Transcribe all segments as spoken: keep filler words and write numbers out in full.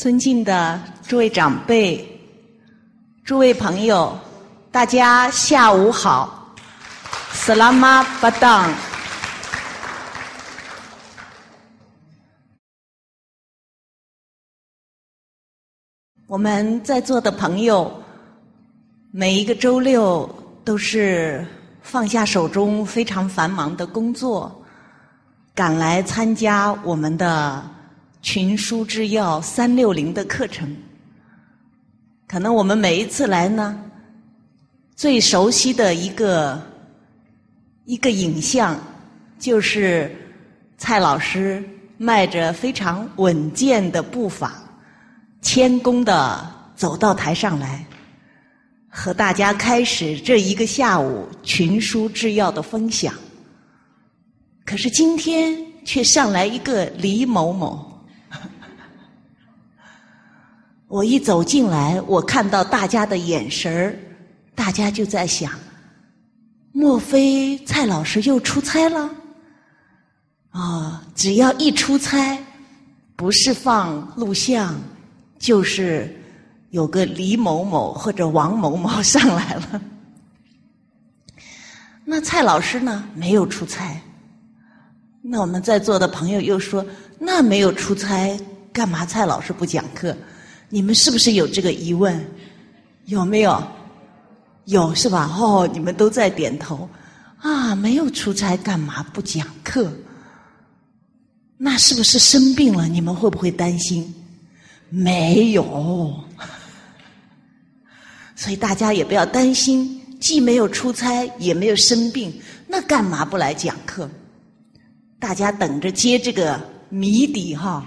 尊敬的诸位长辈、诸位朋友，大家下午好 ，Selamat Petang。我们在座的朋友，每一个周六都是放下手中非常繁忙的工作，赶来参加我们的群书治要三六零的课程。可能我们每一次来呢，最熟悉的一个一个影像，就是蔡老师迈着非常稳健的步伐，谦恭地走到台上来，和大家开始这一个下午群书治要的分享。可是今天却上来一个李某某。我一走进来，我看到大家的眼神儿，大家就在想，莫非蔡老师又出差了？哦，只要一出差，不是放录像，就是有个李某某或者王某某上来了。那蔡老师呢，没有出差。那我们在座的朋友又说，那没有出差，干嘛蔡老师不讲课？你们是不是有这个疑问？有没有？有是吧？哦，你们都在点头。啊，没有出差，干嘛不讲课？那是不是生病了？你们会不会担心？没有。所以大家也不要担心，既没有出差，也没有生病，那干嘛不来讲课？大家等着接这个谜底哈。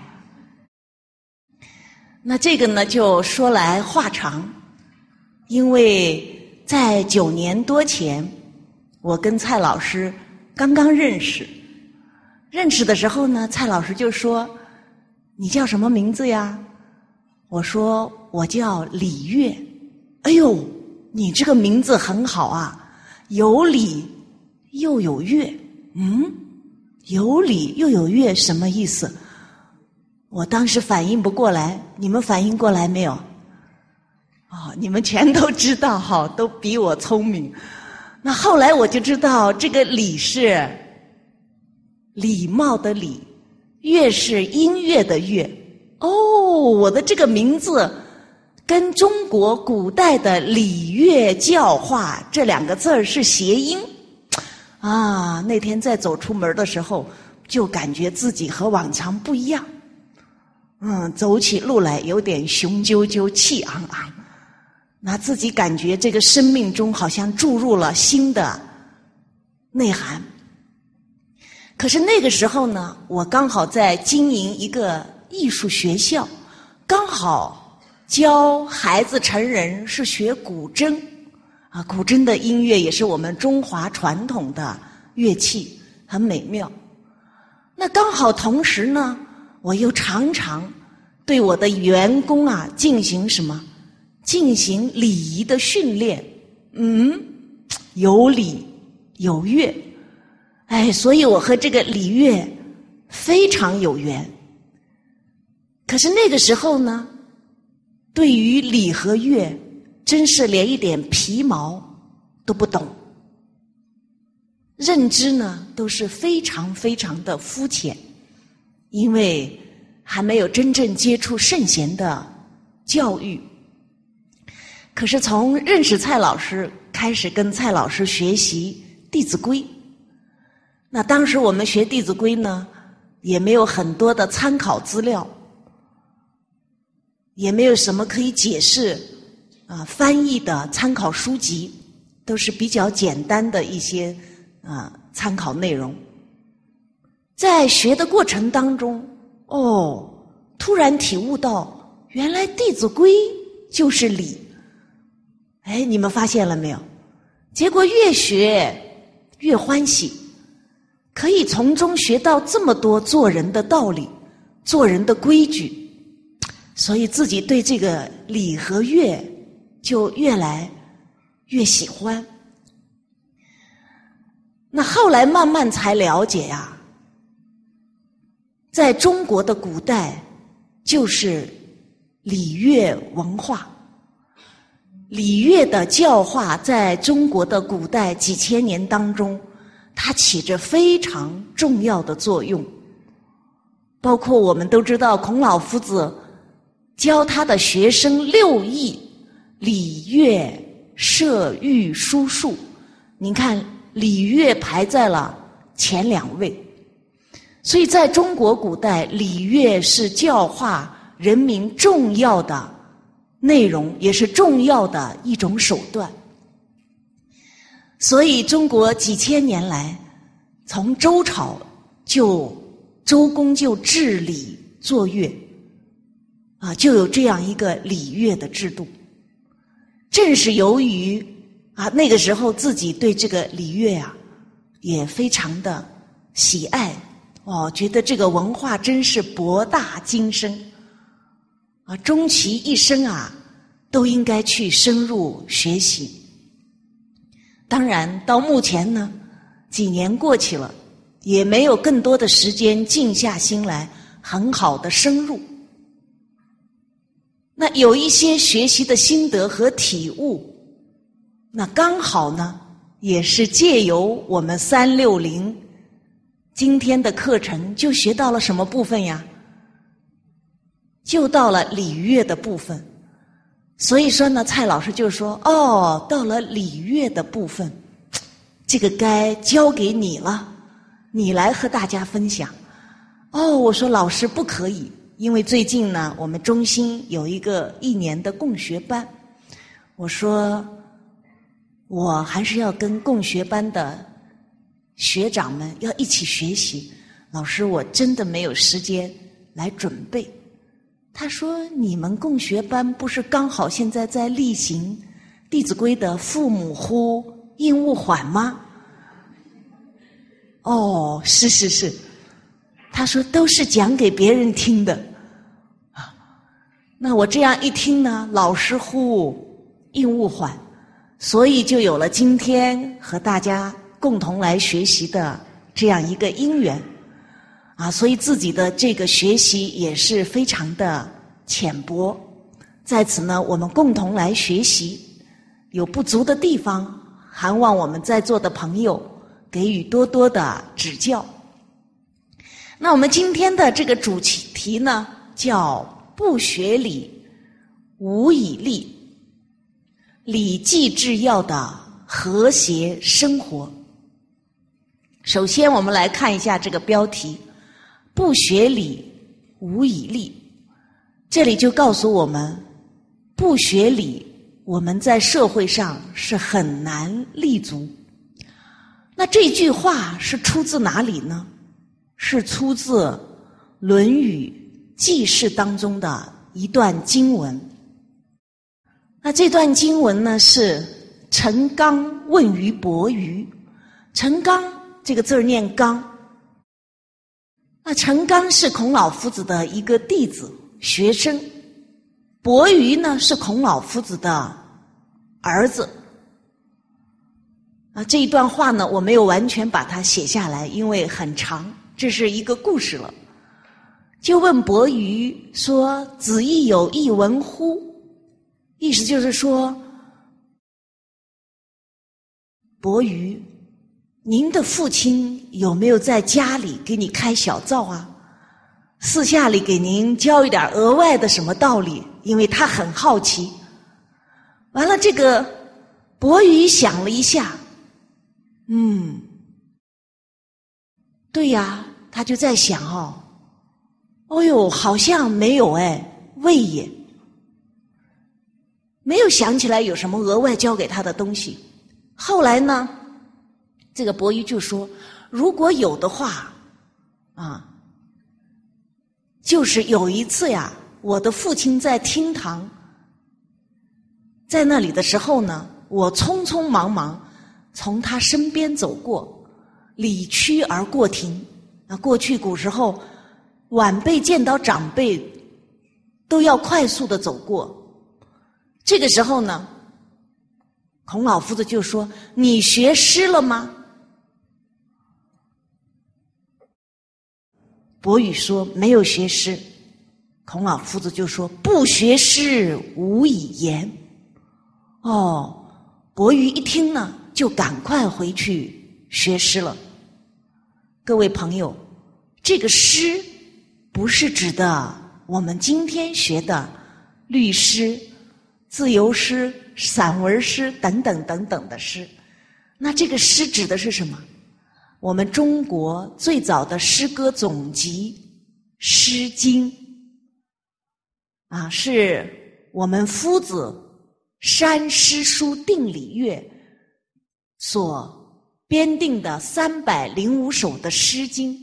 那这个呢，就说来话长，因为在九年多前，我跟蔡老师刚刚认识，认识的时候呢，蔡老师就说：“你叫什么名字呀？”我说：“我叫李月。”哎呦，你这个名字很好啊，有李又有月。嗯，有李又有月什么意思？我当时反应不过来，你们反应过来没有？哦，你们全都知道哈，都比我聪明。那后来我就知道，这个礼是礼貌的礼，乐是音乐的乐。哦，我的这个名字跟中国古代的礼乐教化这两个字儿是谐音啊。那天在走出门的时候，就感觉自己和往常不一样。嗯，走起路来有点雄赳赳、气昂昂，那自己感觉这个生命中好像注入了新的内涵。可是那个时候呢，我刚好在经营一个艺术学校，刚好教孩子成人是学古筝啊，古筝的音乐也是我们中华传统的乐器，很美妙。那刚好同时呢，我又常常对我的员工啊进行什么？进行礼仪的训练。嗯，有礼有乐，哎，所以我和这个礼乐非常有缘。可是那个时候呢，对于礼和乐，真是连一点皮毛都不懂，认知呢都是非常非常的肤浅。因为还没有真正接触圣贤的教育。可是从认识蔡老师开始，跟蔡老师学习《弟子规》。那当时我们学《弟子规》呢，也没有很多的参考资料，也没有什么可以解释啊翻译的参考书籍，都是比较简单的一些啊参考内容。在学的过程当中，哦，突然体悟到，原来《弟子规》就是礼。哎，你们发现了没有？结果越学越欢喜，可以从中学到这么多做人的道理，做人的规矩，所以自己对这个礼和乐就越来越喜欢。那后来慢慢才了解呀、啊，在中国的古代，就是礼乐文化。礼乐的教化在中国的古代几千年当中，它起着非常重要的作用。包括我们都知道，孔老夫子教他的学生六艺：礼乐射御书数。您看，礼乐排在了前两位。所以在中国古代，礼乐是教化人民重要的内容，也是重要的一种手段。所以中国几千年来，从周朝就周公就治礼作乐，啊，就有这样一个礼乐的制度。正是由于啊那个时候自己对这个礼乐啊也非常的喜爱，哦，觉得这个文化真是博大精深，啊，终其一生啊都应该去深入学习。当然到目前呢，几年过去了，也没有更多的时间静下心来很好的深入。那有一些学习的心得和体悟，那刚好呢也是借由我们三六零今天的课程，就学到了什么部分呀？就到了礼乐的部分。所以说呢，蔡老师就说，哦，到了礼乐的部分，这个该交给你了，你来和大家分享。哦，我说老师不可以，因为最近呢我们中心有一个一年的共学班，我说我还是要跟共学班的学长们要一起学习，老师我真的没有时间来准备。他说你们共学班不是刚好现在在例行弟子规的父母呼应勿缓吗？哦，是是是，他说都是讲给别人听的。那我这样一听呢，老师呼应勿缓，所以就有了今天和大家共同来学习的这样一个因缘啊，所以自己的这个学习也是非常的浅薄。在此呢，我们共同来学习，有不足的地方，还望我们在座的朋友给予多多的指教。那我们今天的这个主题呢，叫不学礼，无以立，礼记制要的和谐生活。首先我们来看一下这个标题，不学礼，无以立。这里就告诉我们，不学礼，我们在社会上是很难立足。那这句话是出自哪里呢？是出自《论语记事》当中的一段经文。那这段经文呢，是陈刚问于伯鱼。陈刚这个字儿念刚，那陈刚是孔老夫子的一个弟子学生，伯鱼呢是孔老夫子的儿子。啊，这一段话呢，我没有完全把它写下来，因为很长，这是一个故事了。就问伯鱼说：“子亦有一闻乎？”意思就是说，伯鱼，您的父亲有没有在家里给你开小灶啊？私下里给您教一点额外的什么道理？因为他很好奇。完了，这个伯鱼想了一下，嗯，对呀，他就在想哦，哦呦，好像没有哎，未也，没有想起来有什么额外教给他的东西。后来呢，这个伯鱼就说，如果有的话啊，就是有一次呀，我的父亲在厅堂在那里的时候呢，我匆匆忙忙从他身边走过，理屈而过庭。啊，过去古时候晚辈见到长辈都要快速的走过，这个时候呢，孔老夫子就说：“你学诗了吗？”伯鱼说：“没有学诗。” 孔老夫子就说：“不学诗，无以言。”哦，伯鱼一听呢，就赶快回去学诗了。各位朋友，这个诗不是指的我们今天学的律诗、自由诗、散文诗等等等等的诗。那这个诗指的是什么？我们中国最早的诗歌总集《诗经》啊，是我们夫子山诗书定礼乐所编定的三百零五首的《诗经》。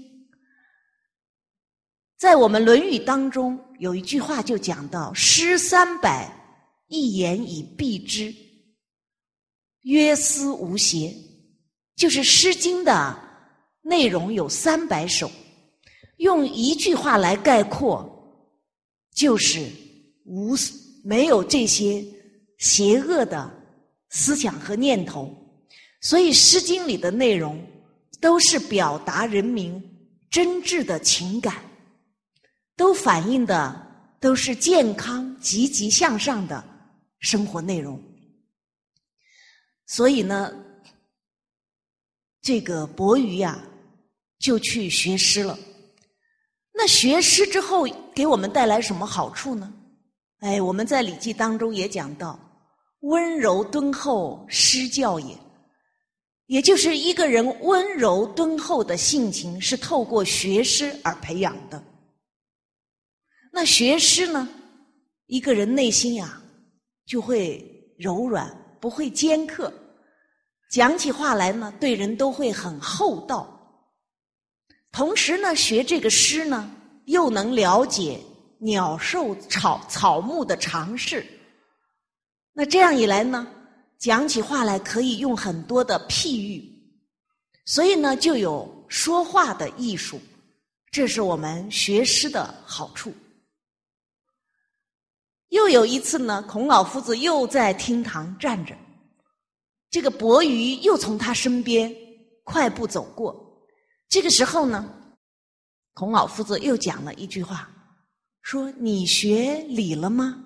在我们《论语》当中有一句话就讲到：“诗三百，一言以蔽之，约思无邪。”就是《诗经》的内容有三百首，用一句话来概括，就是无没有这些邪恶的思想和念头。所以《诗经》里的内容都是表达人民真挚的情感，都反映的都是健康、积极向上的生活内容。所以呢，这个伯鱼呀，就去学诗了。那学诗之后给我们带来什么好处呢？哎，我们在《礼记》当中也讲到，温柔敦厚，诗教也。也就是一个人温柔敦厚的性情是透过学诗而培养的。那学诗呢，一个人内心呀就会柔软，不会尖刻，讲起话来呢对人都会很厚道。同时呢，学这个诗呢又能了解鸟兽草草木的常识。那这样一来呢，讲起话来可以用很多的譬喻，所以呢就有说话的艺术，这是我们学诗的好处。又有一次呢，孔老夫子又在厅堂站着，这个伯鱼又从他身边快步走过。这个时候呢，孔老夫子又讲了一句话，说：“你学礼了吗？”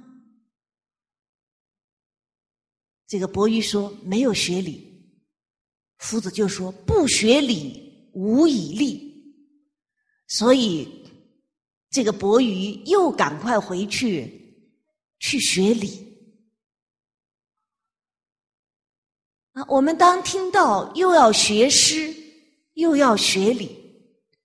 这个伯鱼说：“没有学礼。”夫子就说：“不学礼，无以立。”所以这个伯鱼又赶快回去去学礼。啊，我们当听到又要学诗，又要学礼，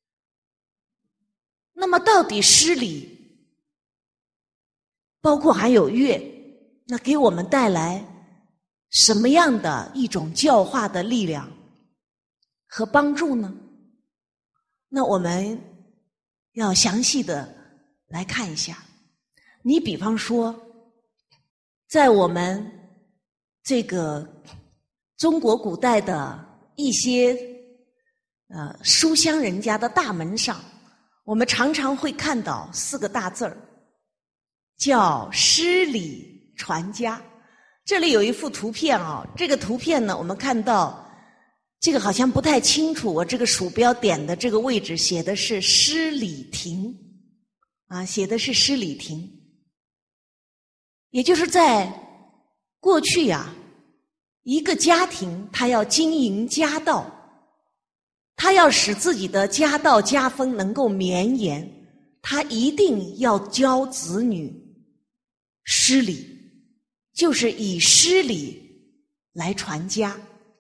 那么到底诗礼，包括还有乐，那给我们带来什么样的一种教化的力量和帮助呢？那我们要详细的来看一下。你比方说，在我们这个中国古代的一些呃书香人家的大门上，我们常常会看到四个大字儿，叫诗礼传家。这里有一幅图片啊，这个图片呢，我们看到这个好像不太清楚，我这个鼠标点的这个位置写的是诗礼亭啊，写的是诗礼亭。也就是在过去呀，一个家庭他要经营家道，他要使自己的家道家风能够绵延，他一定要教子女诗礼，就是以诗礼来传家。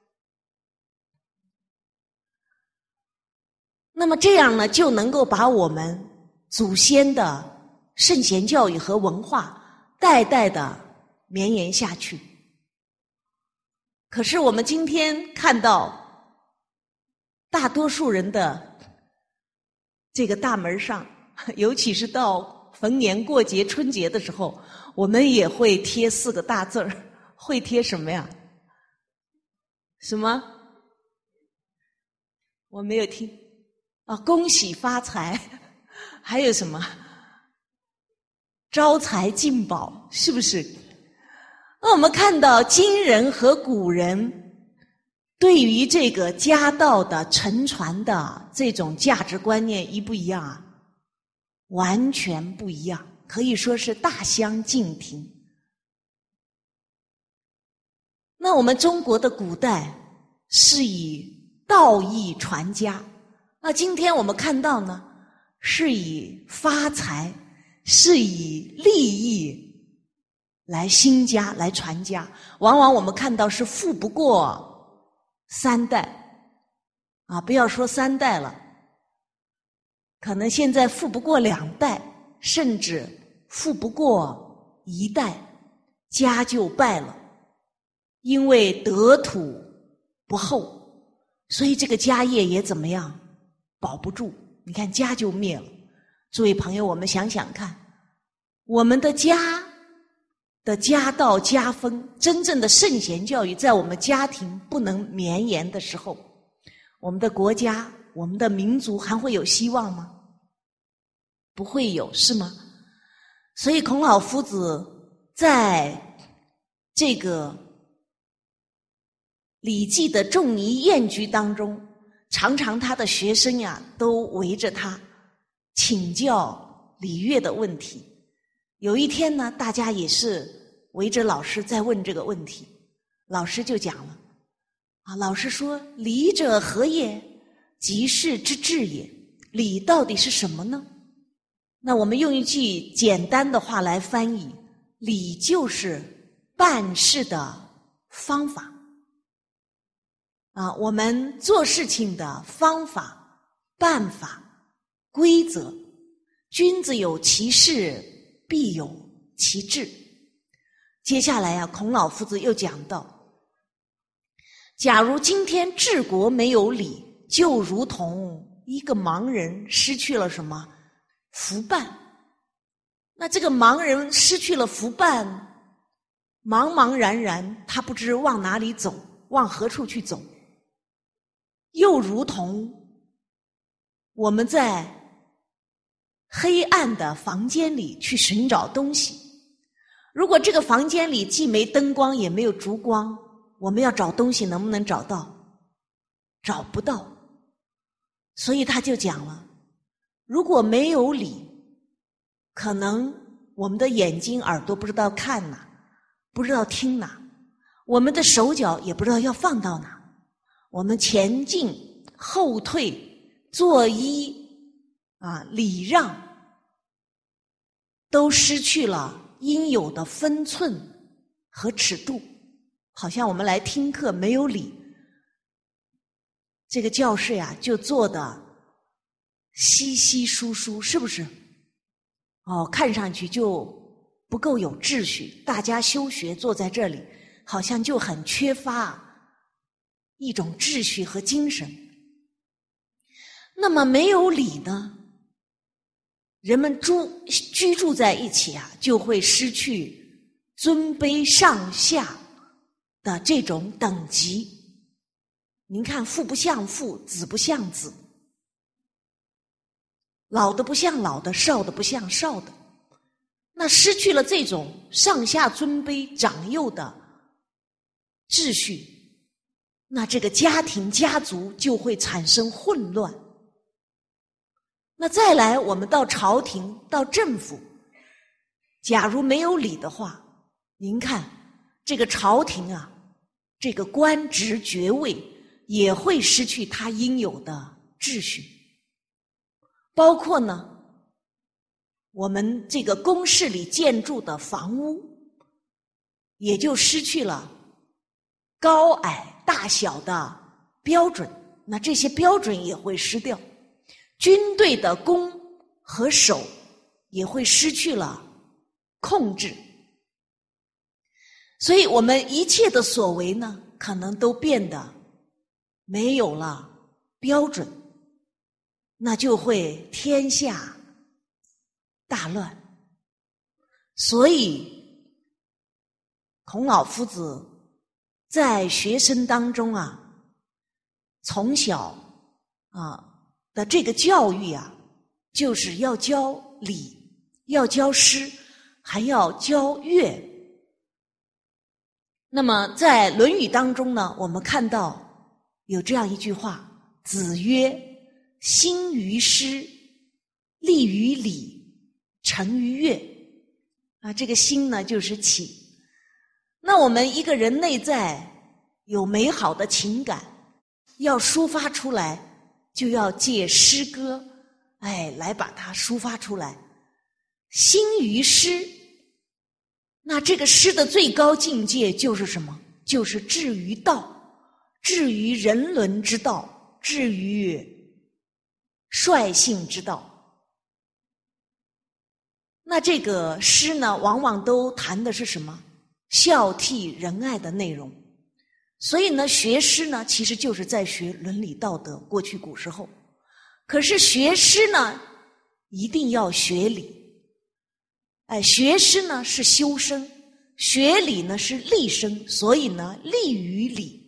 那么这样呢，就能够把我们祖先的圣贤教育和文化代代的绵延下去。可是我们今天看到大多数人的这个大门上，尤其是到逢年过节春节的时候，我们也会贴四个大字儿，会贴什么呀？什么？我没有听啊，恭喜发财，还有什么？招财进宝，是不是？那我们看到今人和古人对于这个家道的承传的这种价值观念一不一样啊？完全不一样。 可以说是大相径庭。那我们中国的古代是以道义传家，那今天我们看到呢，是以发财，是以利益来兴家，来传家。往往我们看到是富不过三代啊，不要说三代了，可能现在富不过两代，甚至富不过一代，家就败了。因为得土不厚，所以这个家业也怎么样？保不住。你看家就灭了。诸位朋友，我们想想看，我们的家的家道家风，真正的圣贤教育在我们家庭不能绵延的时候，我们的国家，我们的民族还会有希望吗？不会有，是吗？所以孔老夫子在这个礼记的仲尼宴居当中，常常他的学生呀都围着他请教礼乐的问题。有一天呢，大家也是围着老师在问这个问题，老师就讲了啊，老师说礼者何也？即事之至也。礼到底是什么呢？那我们用一句简单的话来翻译，礼就是办事的方法啊，我们做事情的方法、办法、规则。君子有其事，必有其志。接下来啊，孔老夫子又讲到，假如今天治国没有礼，就如同一个盲人失去了什么？福伴。那这个盲人失去了福伴，茫茫然然，他不知往哪里走，往何处去走。又如同我们在黑暗的房间里去寻找东西，如果这个房间里既没灯光也没有烛光，我们要找东西能不能找到？找不到。所以他就讲了，如果没有礼，可能我们的眼睛耳朵不知道看哪，不知道听哪，我们的手脚也不知道要放到哪，我们前进后退作揖啊礼让都失去了应有的分寸和尺度。好像我们来听课没有礼，这个教室呀就做的稀稀疏疏，是不是？哦，看上去就不够有秩序，大家修学坐在这里好像就很缺乏一种秩序和精神。那么没有礼呢，人们住居住在一起啊，就会失去尊卑上下的这种等级。您看，父不像父，子不像子，老的不像老的，少的不像少的。那失去了这种上下尊卑长幼的秩序，那这个家庭家族就会产生混乱。那再来，我们到朝廷到政府，假如没有礼的话，您看这个朝廷啊，这个官职爵位也会失去它应有的秩序。包括呢，我们这个宫室里建筑的房屋，也就失去了高矮大小的标准，那这些标准也会失掉。军队的攻和守也会失去了控制。所以我们一切的所为呢，可能都变得没有了标准，那就会天下大乱。所以孔老夫子在学生当中啊，从小啊的这个教育啊，就是要教礼，要教诗，还要教乐。那么在《论语》当中呢，我们看到有这样一句话，子曰：兴于诗，立于礼，成于乐。 啊，这个心呢就是起。那我们一个人内在有美好的情感，要抒发出来，就要借诗歌，哎，来把它抒发出来。心于诗，那这个诗的最高境界就是什么？就是至于道，至于人伦之道，至于率性之道。那这个诗呢，往往都谈的是什么？孝悌仁爱的内容。所以呢，学诗呢，其实就是在学伦理道德，过去古时候。可是学诗呢，一定要学理。哎，学诗呢是修身，学理呢是立身，所以呢，立于理。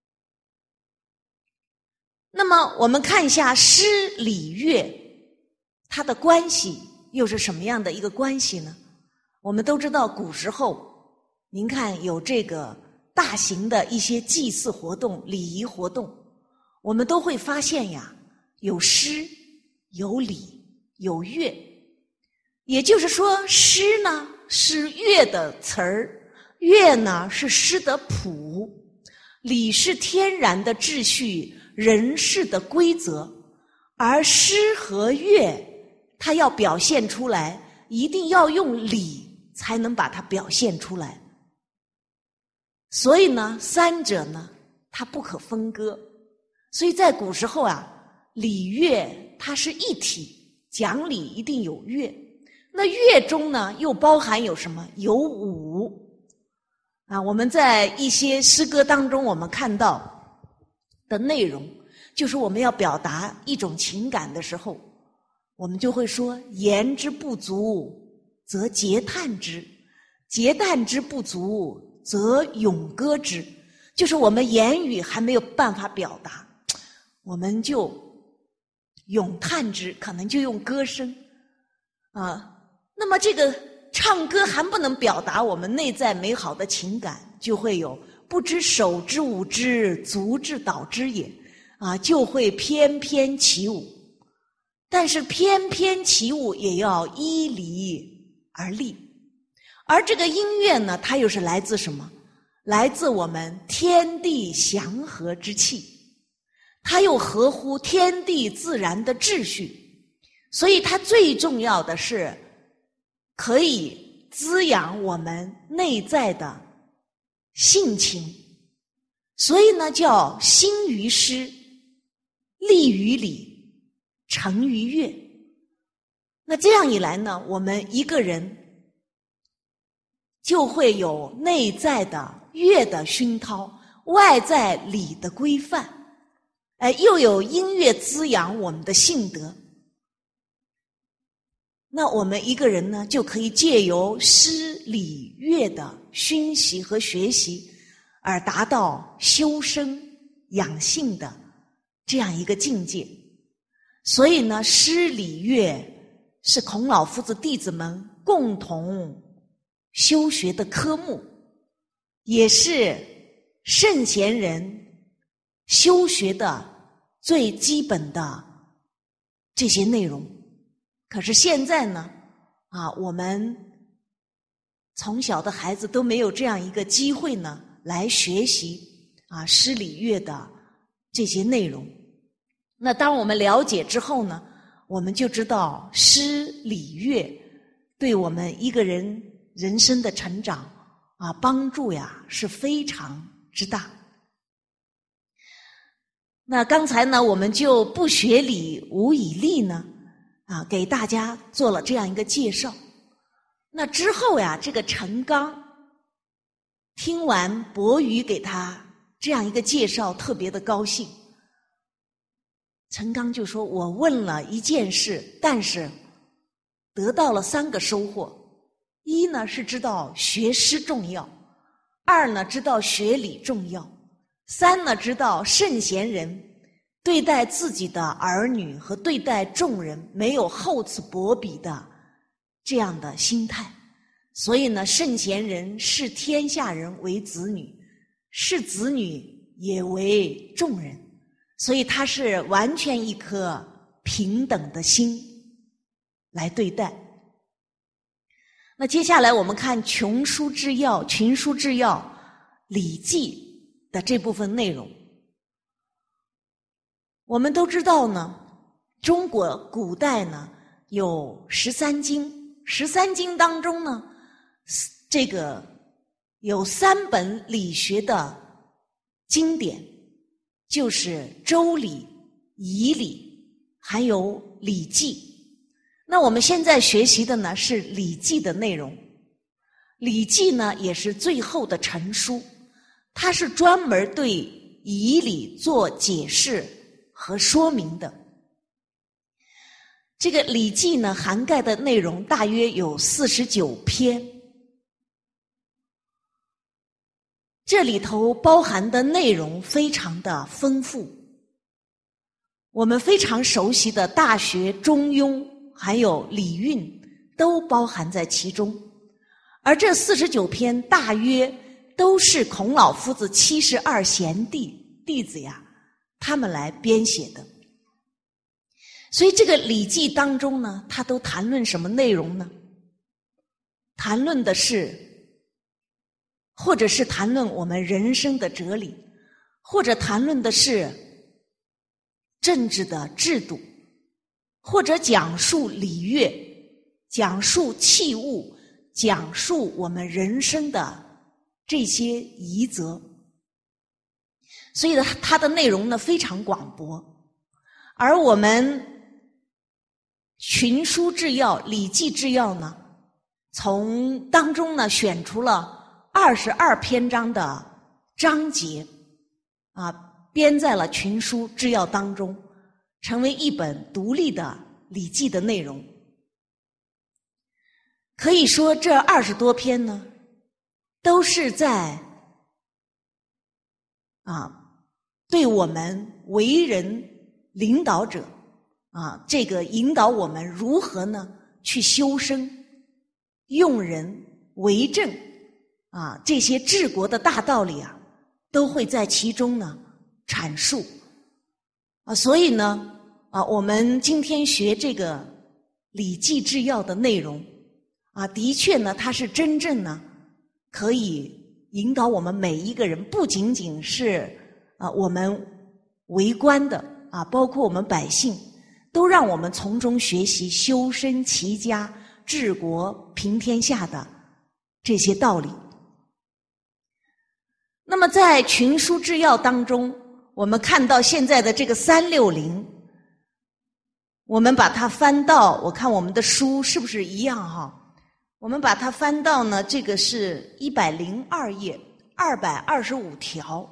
那么我们看一下诗礼乐，它的关系又是什么样的一个关系呢？我们都知道古时候，您看有这个大型的一些祭祀活动、礼仪活动，我们都会发现呀，有诗、有礼、有乐。也就是说，诗呢是乐的词儿，乐呢是诗的谱，礼是天然的秩序、人事的规则，而诗和乐它要表现出来，一定要用礼才能把它表现出来。所以呢，三者呢，它不可分割。所以在古时候啊，礼乐它是一体，讲理一定有乐。那乐中呢，又包含有什么？有舞啊。我们在一些诗歌当中，我们看到的内容，就是我们要表达一种情感的时候，我们就会说：言之不足，则嗟叹之；嗟叹之不足，则咏歌之。就是我们言语还没有办法表达，我们就咏叹之，可能就用歌声啊。那么这个唱歌还不能表达我们内在美好的情感，就会有不知手之舞之，足之蹈之也啊，就会翩翩起舞。但是翩翩起舞也要依礼而立。而这个音乐呢，它又是来自什么？来自我们天地祥和之气，它又合乎天地自然的秩序，所以它最重要的是可以滋养我们内在的性情。所以呢，叫兴于诗，立于礼，成于乐。那这样一来呢，我们一个人就会有内在的乐的熏陶，外在礼的规范，哎，又有音乐滋养我们的性德。那我们一个人呢，就可以借由诗礼乐的熏习和学习，而达到修身养性的这样一个境界。所以呢，诗礼乐是孔老夫子弟子们共同修学的科目，也是圣贤人修学的最基本的这些内容。可是现在呢，啊，我们从小的孩子都没有这样一个机会呢，来学习啊诗礼乐的这些内容。那当我们了解之后呢，我们就知道诗礼乐对我们一个人人生的成长啊帮助呀是非常之大。那刚才呢，我们就不学礼无以立呢啊，给大家做了这样一个介绍。那之后呀，这个陈刚听完伯鱼给他这样一个介绍，特别的高兴。陈刚就说：我问了一件事，但是得到了三个收获。一呢是知道学诗重要，二呢知道学礼重要，三呢知道圣贤人对待自己的儿女和对待众人没有厚此薄彼的这样的心态。所以呢，圣贤人视天下人为子女，视子女也为众人，所以他是完全一颗平等的心来对待。 那接下来我们看穷书治要、群书治要、礼记的这部分内容。我们都知道呢，中国古代呢有十三经，十三经当中呢，这个有三本理学的经典，就是周礼、仪礼，还有礼记。那我们现在学习的呢是礼记的内容。礼记呢也是最后的成书，它是专门对仪礼做解释和说明的。这个礼记呢涵盖的内容大约有四十九篇，这里头包含的内容非常的丰富，我们非常熟悉的《大学》《中庸》还有《礼运》都包含在其中，而这四十九篇大约都是孔老夫子七十二贤弟弟子呀，他们来编写的。所以这个《礼记》当中呢，它都谈论什么内容呢？谈论的是，或者是谈论我们人生的哲理，或者谈论的是政治的制度，或者讲述礼乐，讲述器物，讲述我们人生的这些仪则。所以呢，它的内容呢非常广博。而我们群书治要、礼记治要呢，从当中呢选出了二十二篇章的章节，啊，编在了群书治要当中，成为一本独立的礼记的内容。可以说这二十多篇呢，都是在啊，对我们为人领导者啊，这个引导我们如何呢去修身、用人、为政啊，这些治国的大道理啊，都会在其中呢阐述啊。所以呢啊，我们今天学这个《礼记治要》的内容啊，的确呢，它是真正呢可以引导我们每一个人，不仅仅是啊我们为官的啊，包括我们百姓，都让我们从中学习修身齐家、治国平天下的这些道理。那么在群书治要当中，我们看到现在的这个三六零，我们把它翻到，我看我们的书是不是一样哈？我们把它翻到呢，这个是一百零二页，二百二十五条。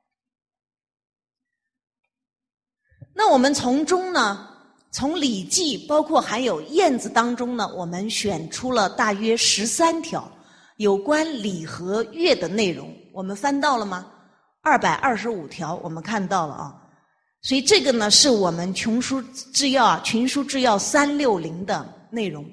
那我们从中呢，从礼记包括还有晏子当中呢，我们选出了大约十三条有关礼和乐的内容。我们翻到了吗？二百二十五条我们看到了啊。所以这个呢是我们群书治要群书治要三六零的内容。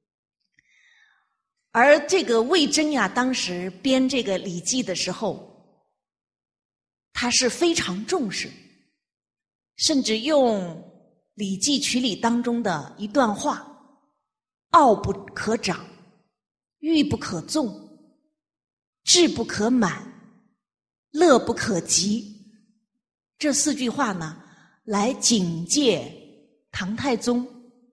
而这个魏征呀，当时编这个礼记的时候，他是非常重视，甚至用礼记曲礼当中的一段话：傲不可长，欲不可纵，志不可满，乐不可极。这四句话呢，来警戒唐太宗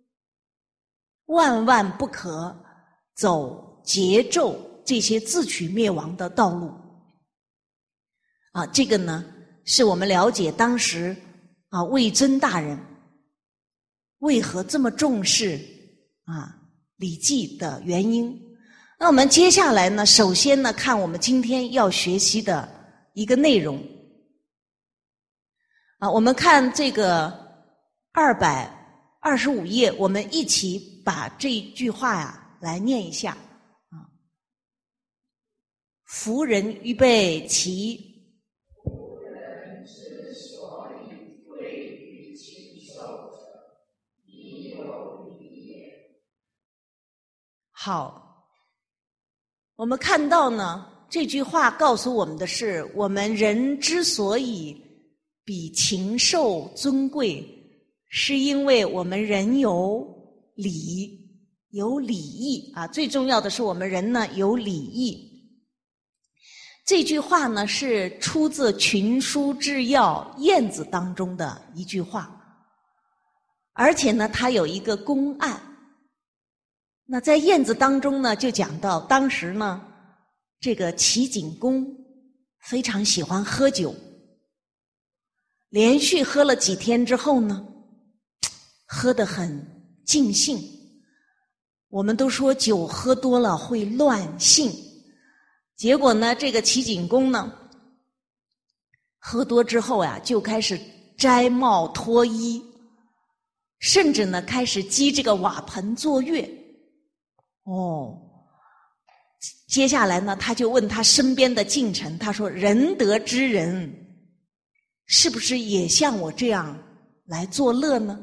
万万不可走桀纣这些自取灭亡的道路。啊，这个呢，是我们了解当时啊魏征大人为何这么重视啊礼记的原因。那我们接下来呢，首先呢，看我们今天要学习的一个内容。啊，我们看这个二百二十五页，我们一起把这一句话呀来念一下。啊，夫人预备齐。 夫人之所以贵于禽兽者，亦有礼也。 好，我们看到呢，这句话告诉我们的是，我们人之所以比禽兽尊贵，是因为我们人有礼， 有礼义啊，最重要的是我们人呢有礼义。这句话呢是出自《群书治要·晏子》当中的一句话，而且呢它有一个公案。那在《晏子》当中呢就讲到，当时呢这个齐景公非常喜欢喝酒，连续喝了几天之后呢，喝得很尽兴。我们都说酒喝多了会乱性，结果呢这个齐景公呢喝多之后呀、啊，就开始摘帽脱衣，甚至呢开始击这个瓦盆作乐。哦，接下来呢他就问他身边的近臣，他说仁德之人是不是也像我这样来作乐呢？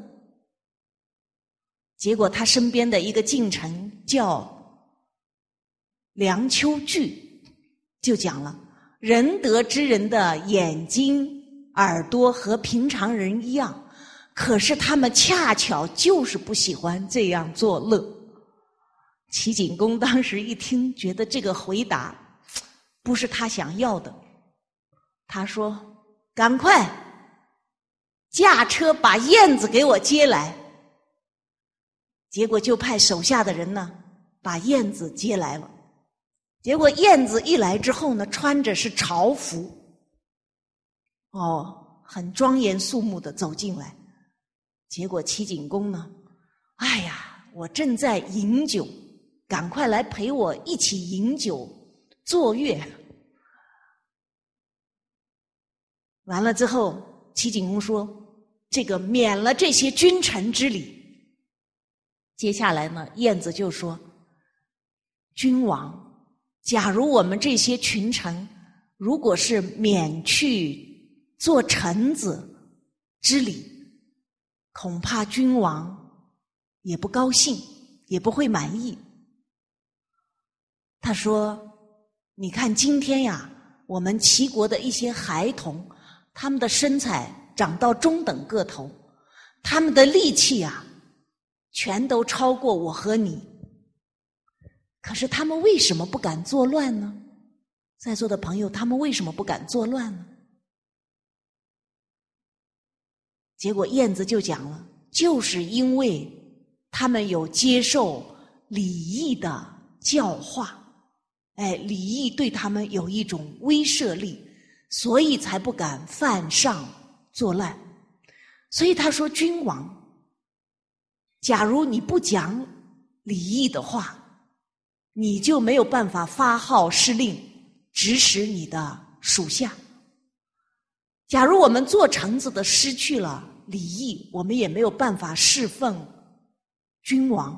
结果他身边的一个近臣叫梁丘据就讲了，仁德之人的眼睛耳朵和平常人一样，可是他们恰巧就是不喜欢这样作乐。齐景公当时一听，觉得这个回答不是他想要的，他说赶快驾车把燕子给我接来。结果就派手下的人呢把燕子接来了。结果燕子一来之后呢，穿着是朝服，哦，很庄严肃穆的走进来。结果齐景公呢，哎呀，我正在饮酒，赶快来陪我一起饮酒作乐。完了之后，齐景公说这个免了这些君臣之礼。接下来呢，晏子就说，君王，假如我们这些群臣如果是免去做臣子之礼，恐怕君王也不高兴，也不会满意。他说，你看今天呀，我们齐国的一些孩童，他们的身材长到中等个头，他们的力气呀全都超过我和你，可是他们为什么不敢作乱呢？在座的朋友，他们为什么不敢作乱呢？结果晏子就讲了，就是因为他们有接受礼义的教化，哎，礼义对他们有一种威慑力，所以才不敢犯上作乱。所以他说，君王，假如你不讲礼义的话，你就没有办法发号施令，指使你的属下。假如我们做臣子的失去了礼义，我们也没有办法侍奉君王。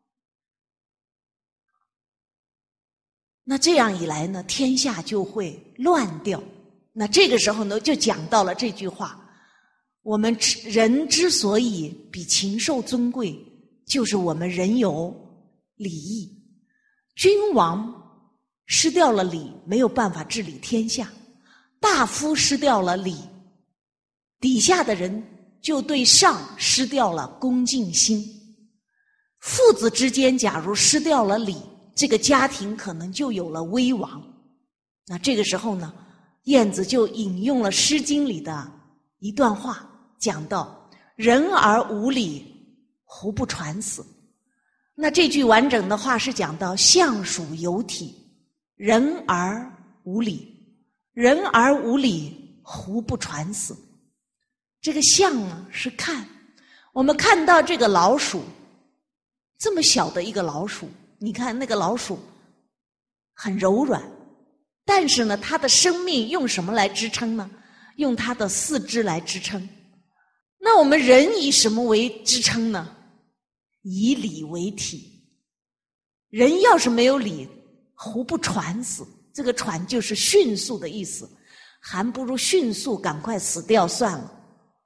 那这样一来呢，天下就会乱掉。那这个时候呢，就讲到了这句话，我们人之所以比禽兽尊贵，就是我们人有礼义。君王失掉了礼，没有办法治理天下；大夫失掉了礼，底下的人就对上失掉了恭敬心；父子之间假如失掉了礼，这个家庭可能就有了危亡。那这个时候呢，晏子就引用了《诗经》里的一段话，讲到人而无礼，胡不传死。那这句完整的话是讲到象属有体，人而无礼，人而无礼，胡不传死。这个象呢是看，我们看到这个老鼠，这么小的一个老鼠，你看那个老鼠很柔软，但是呢它的生命用什么来支撑呢？用它的四肢来支撑。那我们人以什么为支撑呢？以礼为体。人要是没有礼，胡不传死？这个传就是迅速的意思，还不如迅速赶快死掉算了。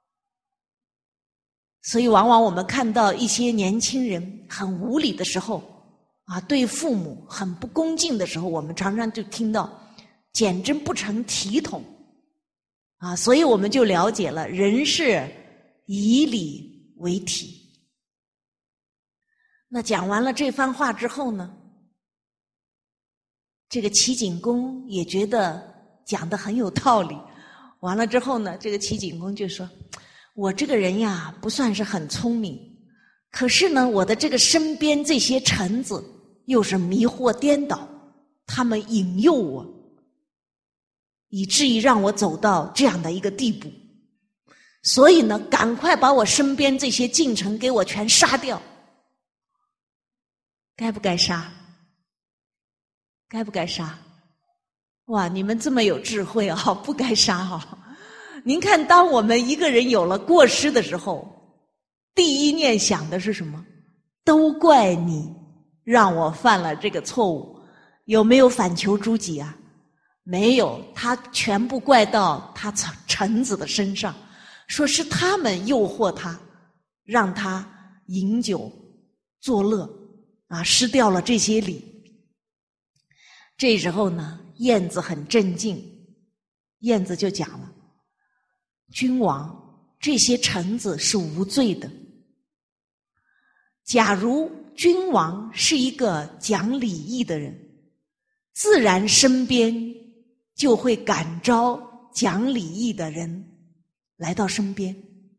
所以往往我们看到一些年轻人很无礼的时候啊，对父母很不恭敬的时候，我们常常就听到简直不成体统啊。所以我们就了解了，人是以礼为体。 那讲完了这番话之后呢，这个齐景公也觉得讲得很有道理。完了之后呢，这个齐景公就说，我这个人呀不算是很聪明，可是呢我的这个身边这些臣子又是迷惑颠倒，他们引诱我，以至于让我走到这样的一个地步，所以呢赶快把我身边这些近臣给我全杀掉。该不该杀？该不该杀？哇，你们这么有智慧啊，不该杀啊！您看，当我们一个人有了过失的时候，第一念想的是什么？都怪你让我犯了这个错误，有没有反求诸己啊？没有，他全部怪到他臣子的身上，说是他们诱惑他，让他饮酒作乐啊，失掉了这些礼。这时候呢，晏子很镇静，晏子就讲了，君王，这些臣子是无罪的。假如君王是一个讲礼义的人，自然身边就会感召讲礼义的人来到身边，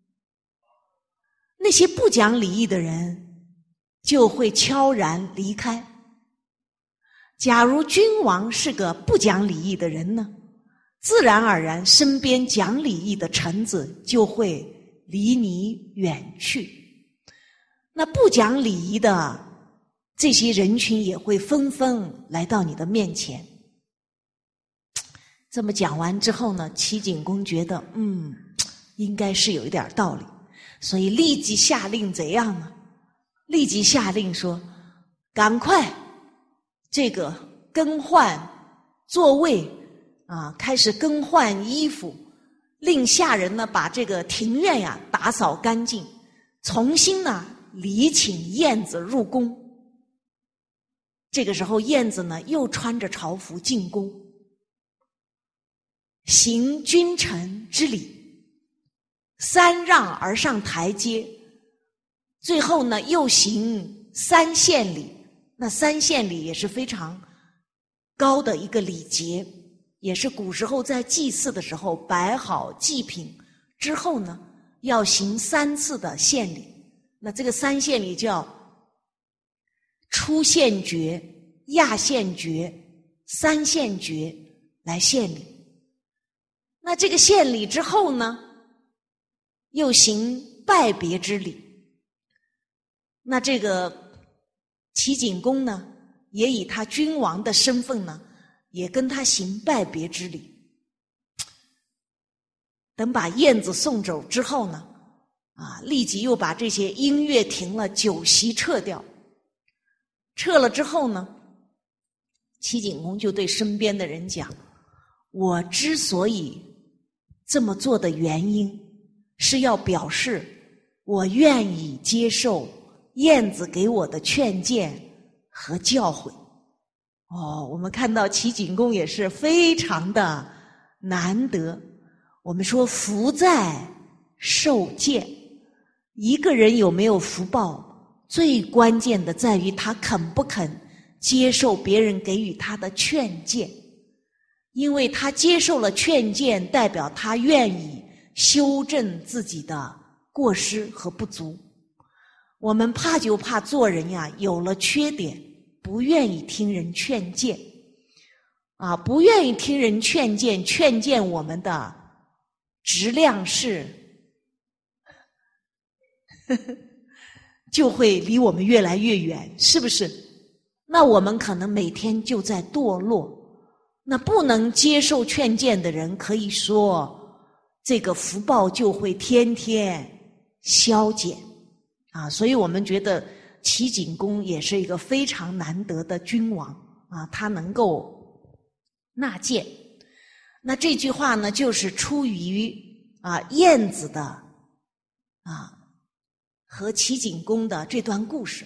那些不讲礼义的人就会悄然离开。假如君王是个不讲礼义的人呢，自然而然身边讲礼义的臣子就会离你远去，那不讲礼仪的这些人群也会纷纷来到你的面前。这么讲完之后呢，齐景公觉得嗯，应该是有一点道理，所以立即下令怎样呢？立即下令说，赶快这个更换座位啊，开始更换衣服，令下人呢把这个庭院呀打扫干净，重新呢礼请晏子入宫。这个时候晏子呢又穿着朝服进宫，行君臣之礼，三让而上台阶，最后呢又行三献礼。那三献礼也是非常高的一个礼节，也是古时候在祭祀的时候摆好祭品之后呢要行三次的献礼。那这个三献礼叫初献爵、亚献爵、三献爵来献礼。那这个献礼之后呢又行拜别之礼。那这个齐景公呢也以他君王的身份呢也跟他行拜别之礼。等把晏子送走之后呢啊，立即又把这些音乐停了，酒席撤掉。撤了之后呢，齐景公就对身边的人讲，我之所以这么做的原因是要表示我愿意接受晏子给我的劝谏和教诲。哦，我们看到齐景公也是非常的难得。我们说福在受荐，一个人有没有福报，最关键的在于他肯不肯接受别人给予他的劝谏。因为他接受了劝谏，代表他愿意修正自己的过失和不足。我们怕就怕做人呀，有了缺点，不愿意听人劝谏，啊，不愿意听人劝谏，劝谏我们的质量是，呵呵，就会离我们越来越远，是不是？那我们可能每天就在堕落。那不能接受劝谏的人，可以说这个福报就会天天消减。啊，所以我们觉得齐景公也是一个非常难得的君王啊，他能够纳谏。那这句话呢，就是出于啊晏子的啊和齐景公的这段故事。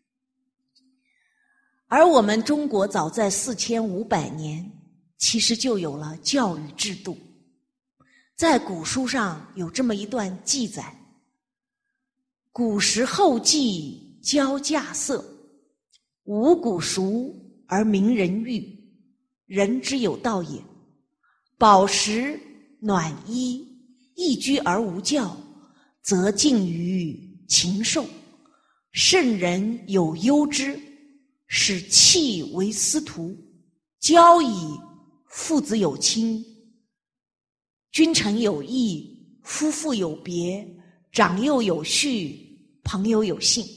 而我们中国早在四千五百年，其实就有了教育制度。在古书上有这么一段记载。古时后稷教稼穑，五谷熟而民人欲，人之有道也。饱食暖衣，易居而无教，则近于禽兽。圣人有忧之，使弃为司徒，交以父子有亲，君臣有义，夫妇有别，长幼有序，朋友有信。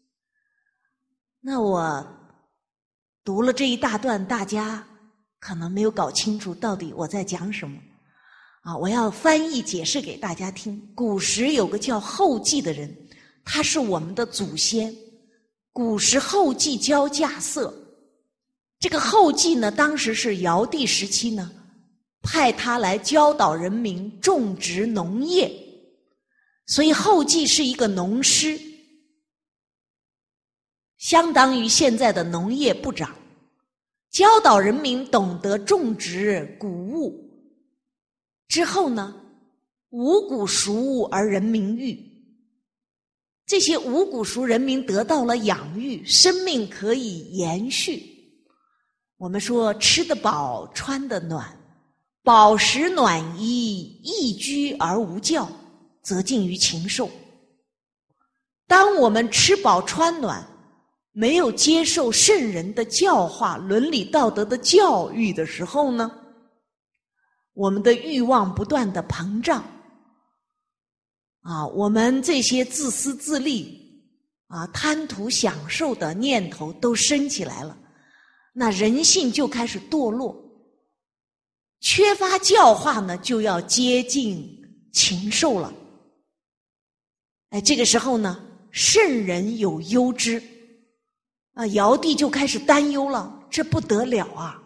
那我读了这一大段，大家可能没有搞清楚到底我在讲什么啊！我要翻译解释给大家听。古时有个叫后稷的人，他是我们的祖先。古时后稷教稼穑，这个后稷呢，当时是尧帝时期呢，派他来教导人民种植农业，所以后稷是一个农师，相当于现在的农业部长，教导人民懂得种植谷物。之后呢，五谷熟而人民育，这些五谷熟人民得到了养育，生命可以延续。我们说吃得饱，穿得暖，饱食暖衣，易居而无教，则近于禽兽。当我们吃饱穿暖，没有接受圣人的教化、伦理道德的教育的时候呢，我们的欲望不断的膨胀啊，我们这些自私自利啊、贪图享受的念头都升起来了，那人性就开始堕落。缺乏教化呢，就要接近禽兽了。哎，这个时候呢，圣人有忧之啊，尧帝就开始担忧了，这不得了啊！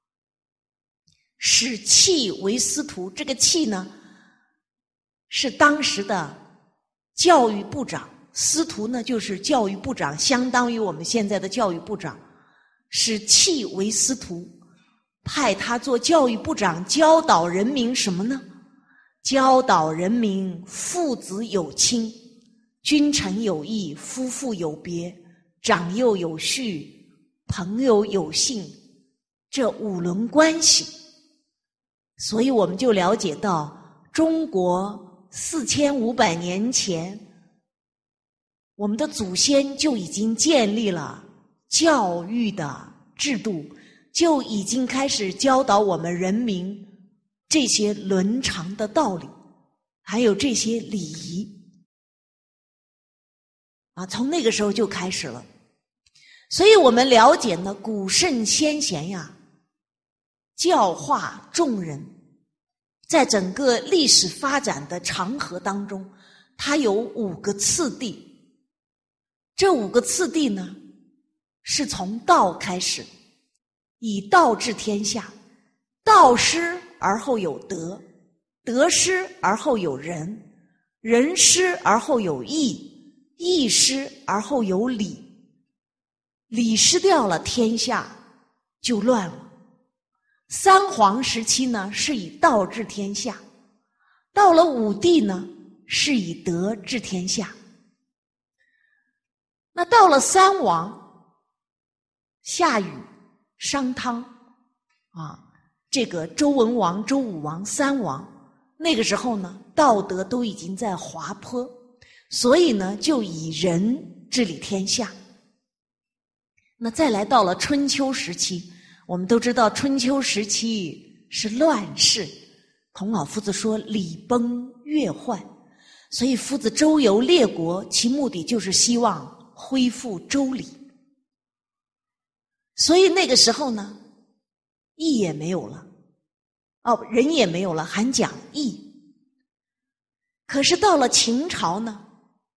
使弃为司徒，这个弃呢，是当时的教育部长，司徒呢就是教育部长，相当于我们现在的教育部长。使弃为司徒，派他做教育部长，教导人民什么呢？教导人民父子有亲，君臣有义，夫妇有别，长幼有序，朋友有信，这五伦关系。所以我们就了解到，中国四千五百年前，我们的祖先就已经建立了教育的制度，就已经开始教导我们人民这些伦常的道理，还有这些礼仪啊，从那个时候就开始了。所以我们了解呢，古圣先贤呀，教化众人，在整个历史发展的长河当中，它有五个次第。这五个次第呢，是从道开始，以道治天下，道施而后有德，德施而后有仁，仁施而后有义，义施而后有礼。礼失掉了，天下就乱了。三皇时期呢，是以道治天下；到了武帝呢，是以德治天下。那到了三王，夏禹、商汤啊，这个周文王、周武王三王，那个时候呢，道德都已经在滑坡，所以呢，就以仁治理天下。那再来到了春秋时期，我们都知道春秋时期是乱世，孔老夫子说礼崩乐坏，所以夫子周游列国，其目的就是希望恢复周礼。所以那个时候呢，义也没有了，哦，人也没有了，还讲义。可是到了秦朝呢，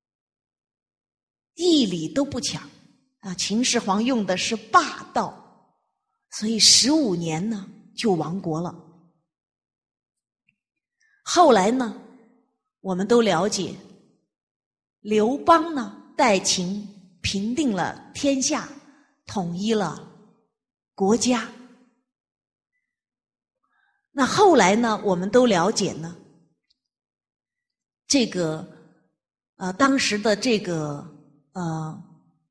义礼都不强啊，秦始皇用的是霸道，所以十五年呢就亡国了。后来呢，我们都了解，刘邦呢带秦平定了天下，统一了国家。那后来呢，我们都了解呢，这个呃当时的这个呃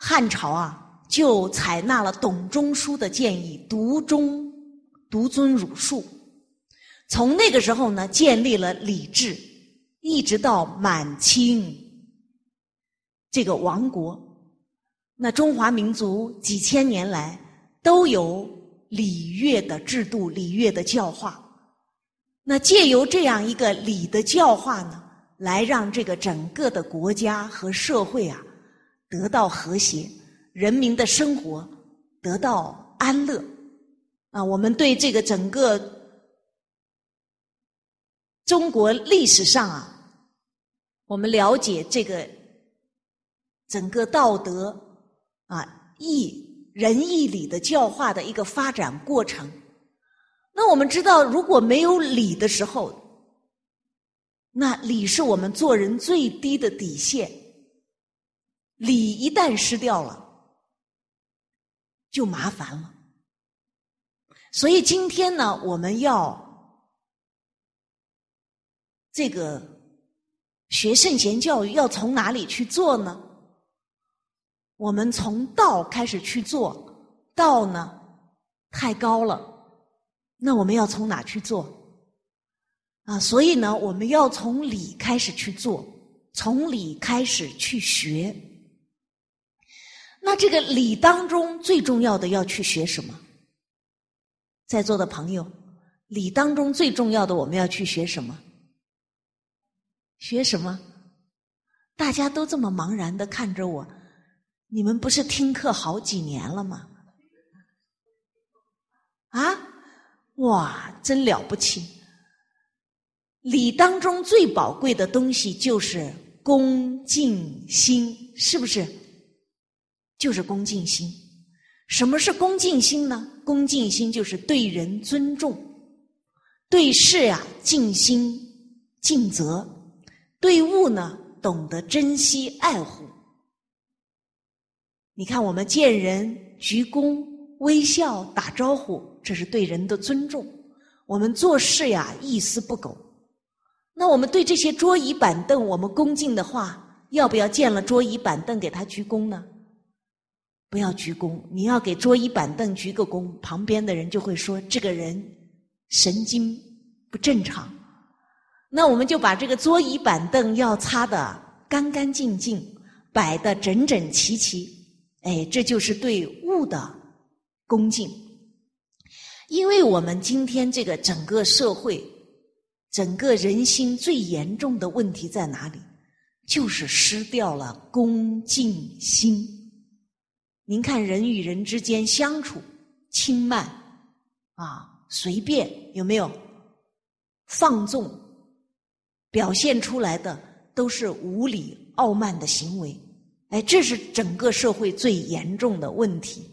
汉朝啊就采纳了董仲舒的建议，独中独尊儒术。从那个时候呢，建立了礼制，一直到满清这个亡国，那中华民族几千年来都有礼乐的制度，礼乐的教化。那借由这样一个礼的教化呢，来让这个整个的国家和社会啊得到和谐，人民的生活得到安乐。啊，我们对这个整个中国历史上啊，我们了解这个整个道德啊义仁义礼的教化的一个发展过程。那我们知道，如果没有礼的时候，那礼是我们做人最低的底线，礼一旦失掉了就麻烦了。所以今天呢，我们要这个学圣贤教育要从哪里去做呢？我们从道开始去做，道呢太高了，那我们要从哪去做啊？所以呢，我们要从理开始去做，从理开始去学。那这个理当中最重要的要去学什么？在座的朋友，理当中最重要的我们要去学什么？学什么？大家都这么茫然地看着我，你们不是听课好几年了吗？啊，哇，真了不起！礼当中最宝贵的东西就是恭敬心，是不是？就是恭敬心。什么是恭敬心呢？恭敬心就是对人尊重，对事啊尽心尽责，对物呢懂得珍惜爱护。你看，我们见人鞠躬、微笑、打招呼，这是对人的尊重。我们做事呀一丝不苟。那我们对这些桌椅板凳，我们恭敬的话，要不要见了桌椅板凳给他鞠躬呢？不要鞠躬。你要给桌椅板凳鞠个躬，旁边的人就会说这个人神经不正常。那我们就把这个桌椅板凳要擦得干干净净，摆得整整齐齐，哎，这就是对物的恭敬。因为我们今天这个整个社会，整个人心最严重的问题在哪里？就是失掉了恭敬心。您看人与人之间相处轻慢啊，随便，有没有？放纵，表现出来的都是无理傲慢的行为。哎，这是整个社会最严重的问题。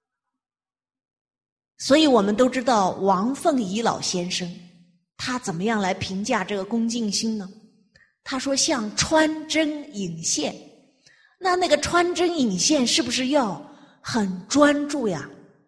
所以我们都知道王凤仪老先生他怎么样来评价这个恭敬心呢？他说像穿针引线。那那个穿针引线是不是要很专注呀，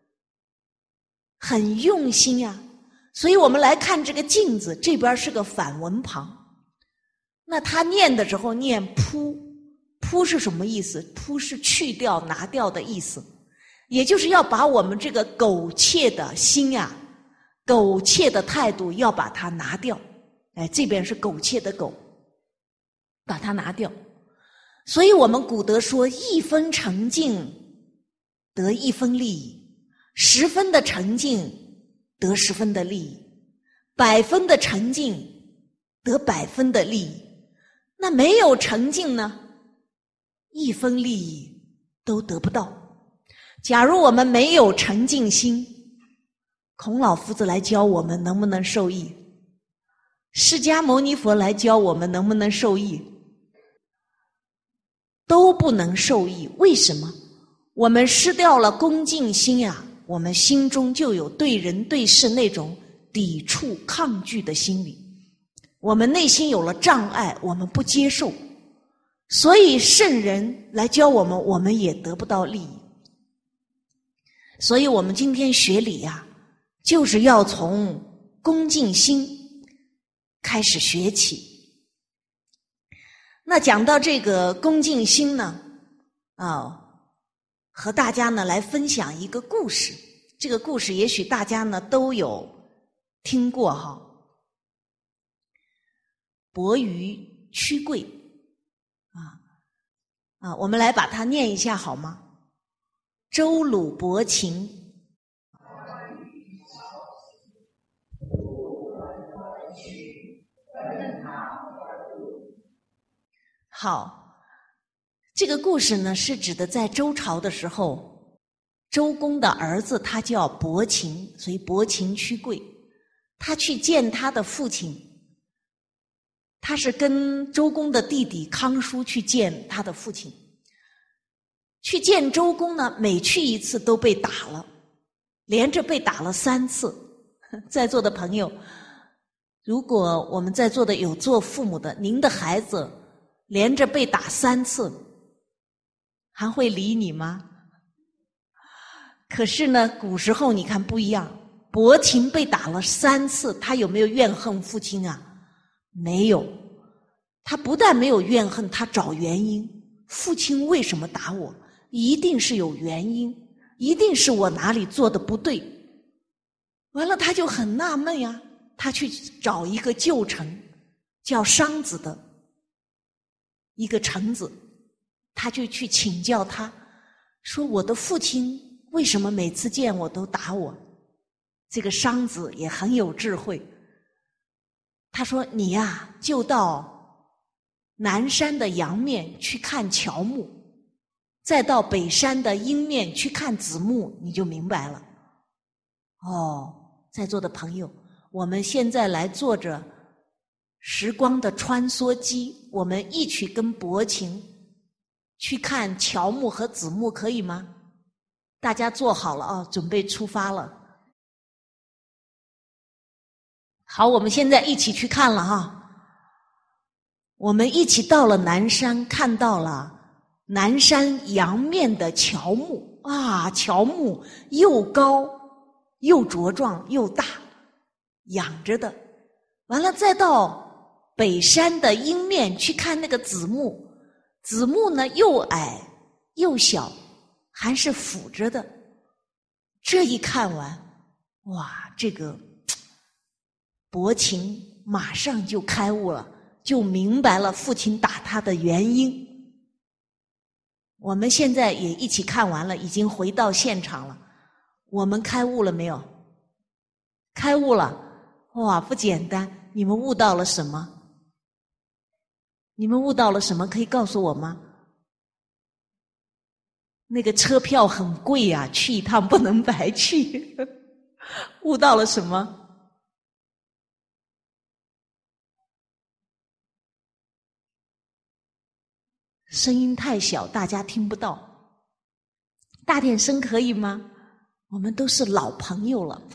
很用心呀？所以我们来看这个镜子，这边是个反文旁，那他念的时候念扑，扑是什么意思？扑是去掉拿掉的意思，也就是要把我们这个苟且的心呀，苟且的态度要把它拿掉。哎，这边是苟且的苟，把它拿掉。所以我们古德说，一分诚敬得一分利益，十分的诚敬得十分的利益，百分的诚敬得百分的利益。那没有诚敬呢，一分利益都得不到。假如我们没有诚敬心，孔老夫子来教我们能不能受益？释迦牟尼佛来教我们能不能受益？都不能受益。为什么？我们失掉了恭敬心呀，我们心中就有对人对事那种抵触抗拒的心理，我们内心有了障碍，我们不接受，所以圣人来教我们，我们也得不到利益。所以我们今天学礼呀，就是要从恭敬心开始学起。那讲到这个恭敬心呢，啊， 和大家呢来分享一个故事。这个故事也许大家呢都有听过哈。伯鱼驱贵啊啊，我们来把它念一下好吗？周鲁伯禽。好，这个故事呢是指的在周朝的时候，周公的儿子他叫伯禽，所以伯禽驱贵。他去见他的父亲，他是跟周公的弟弟康叔去见他的父亲。去见周公呢，每去一次都被打了，连着被打了三次。在座的朋友，如果我们在座的有做父母的，您的孩子连着被打三次，还会理你吗？可是呢，古时候你看不一样，伯禽被打了三次，他有没有怨恨父亲啊？没有。他不但没有怨恨，他找原因。父亲为什么打我？一定是有原因，一定是我哪里做的不对。完了他就很纳闷呀，他去找一个旧臣叫商子的一个臣子，他就去请教他，说我的父亲为什么每次见我都打我？这个商子也很有智慧，他说你呀，就到南山的阳面去看乔木，再到北山的阴面去看子木，你就明白了。哦，在座的朋友，我们现在来坐着时光的穿梭机，我们一起跟伯禽去看乔木和子木，可以吗？大家坐好了啊，准备出发了。好，我们现在一起去看了哈。我们一起到了南山，看到了南山阳面的乔木啊，乔木又高又茁壮又大，养着的。完了再到北山的阴面去看那个子木，子木呢又矮又小，还是俯着的。这一看完，哇，这个伯禽马上就开悟了，就明白了父亲打他的原因。我们现在也一起看完了，已经回到现场了。我们开悟了没有？开悟了，哇，不简单！你们悟到了什么？你们悟到了什么？可以告诉我吗？那个车票很贵啊，去一趟不能白去。悟到了什么？声音太小，大家听不到。大点声可以吗？我们都是老朋友了。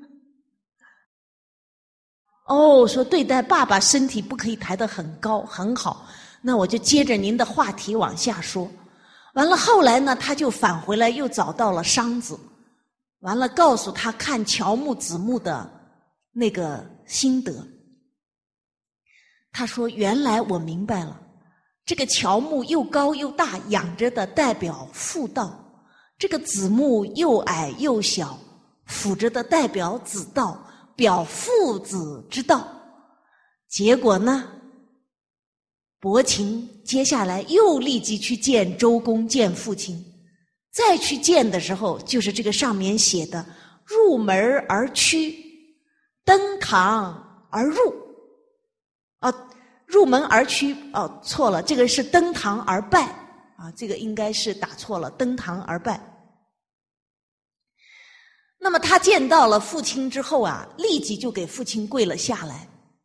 哦，说对待爸爸身体不可以抬得很高，很好。那我就接着您的话题往下说。完了后来呢，他就返回来又找到了商子，完了告诉他看乔木子木的那个心得。他说原来我明白了，这个乔木又高又大，养着的代表妇道，这个子木又矮又小，辅着的代表子道，表父子之道。结果呢，伯禽接下来又立即去见周公，见父亲。再去见的时候，就是这个上面写的入门而趋，登堂而入。啊，入门而趋，哦，错了，这个是登堂而拜啊，这个应该是打错了，登堂而拜。那么他见到了父亲之后啊，立即就给父亲跪了下来。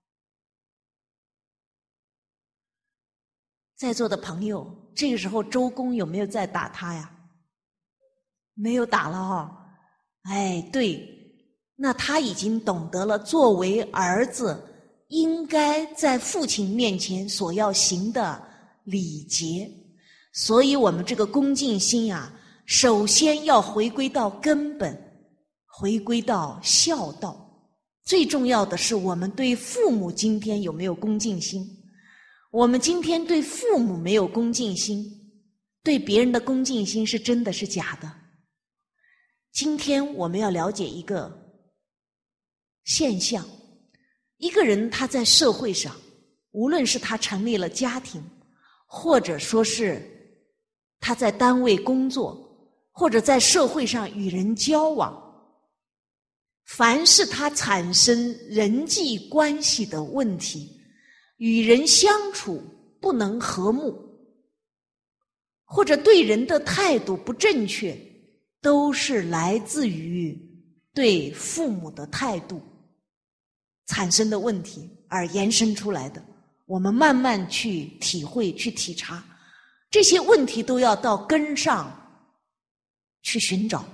在座的朋友，这个时候周公有没有在打他呀？没有打了哈、哦。哎，对，那他已经懂得了作为儿子应该在父亲面前所要行的礼节。所以我们这个恭敬心啊，首先要回归到根本，回归到孝道。最重要的是我们对父母今天有没有恭敬心。我们今天对父母没有恭敬心， 对别人的恭敬心是真的是假的？今天我们要了解一个现象，一个人他在社会上，无论是他成立了家庭，或者说是他在单位工作，或者在社会上与人交往，凡是他产生人际关系的问题，与人相处不能和睦，或者对人的态度不正确，都是来自于对父母的态度产生的问题而延伸出来的。我们慢慢去体会，去体察，这些问题都要到根上去寻找。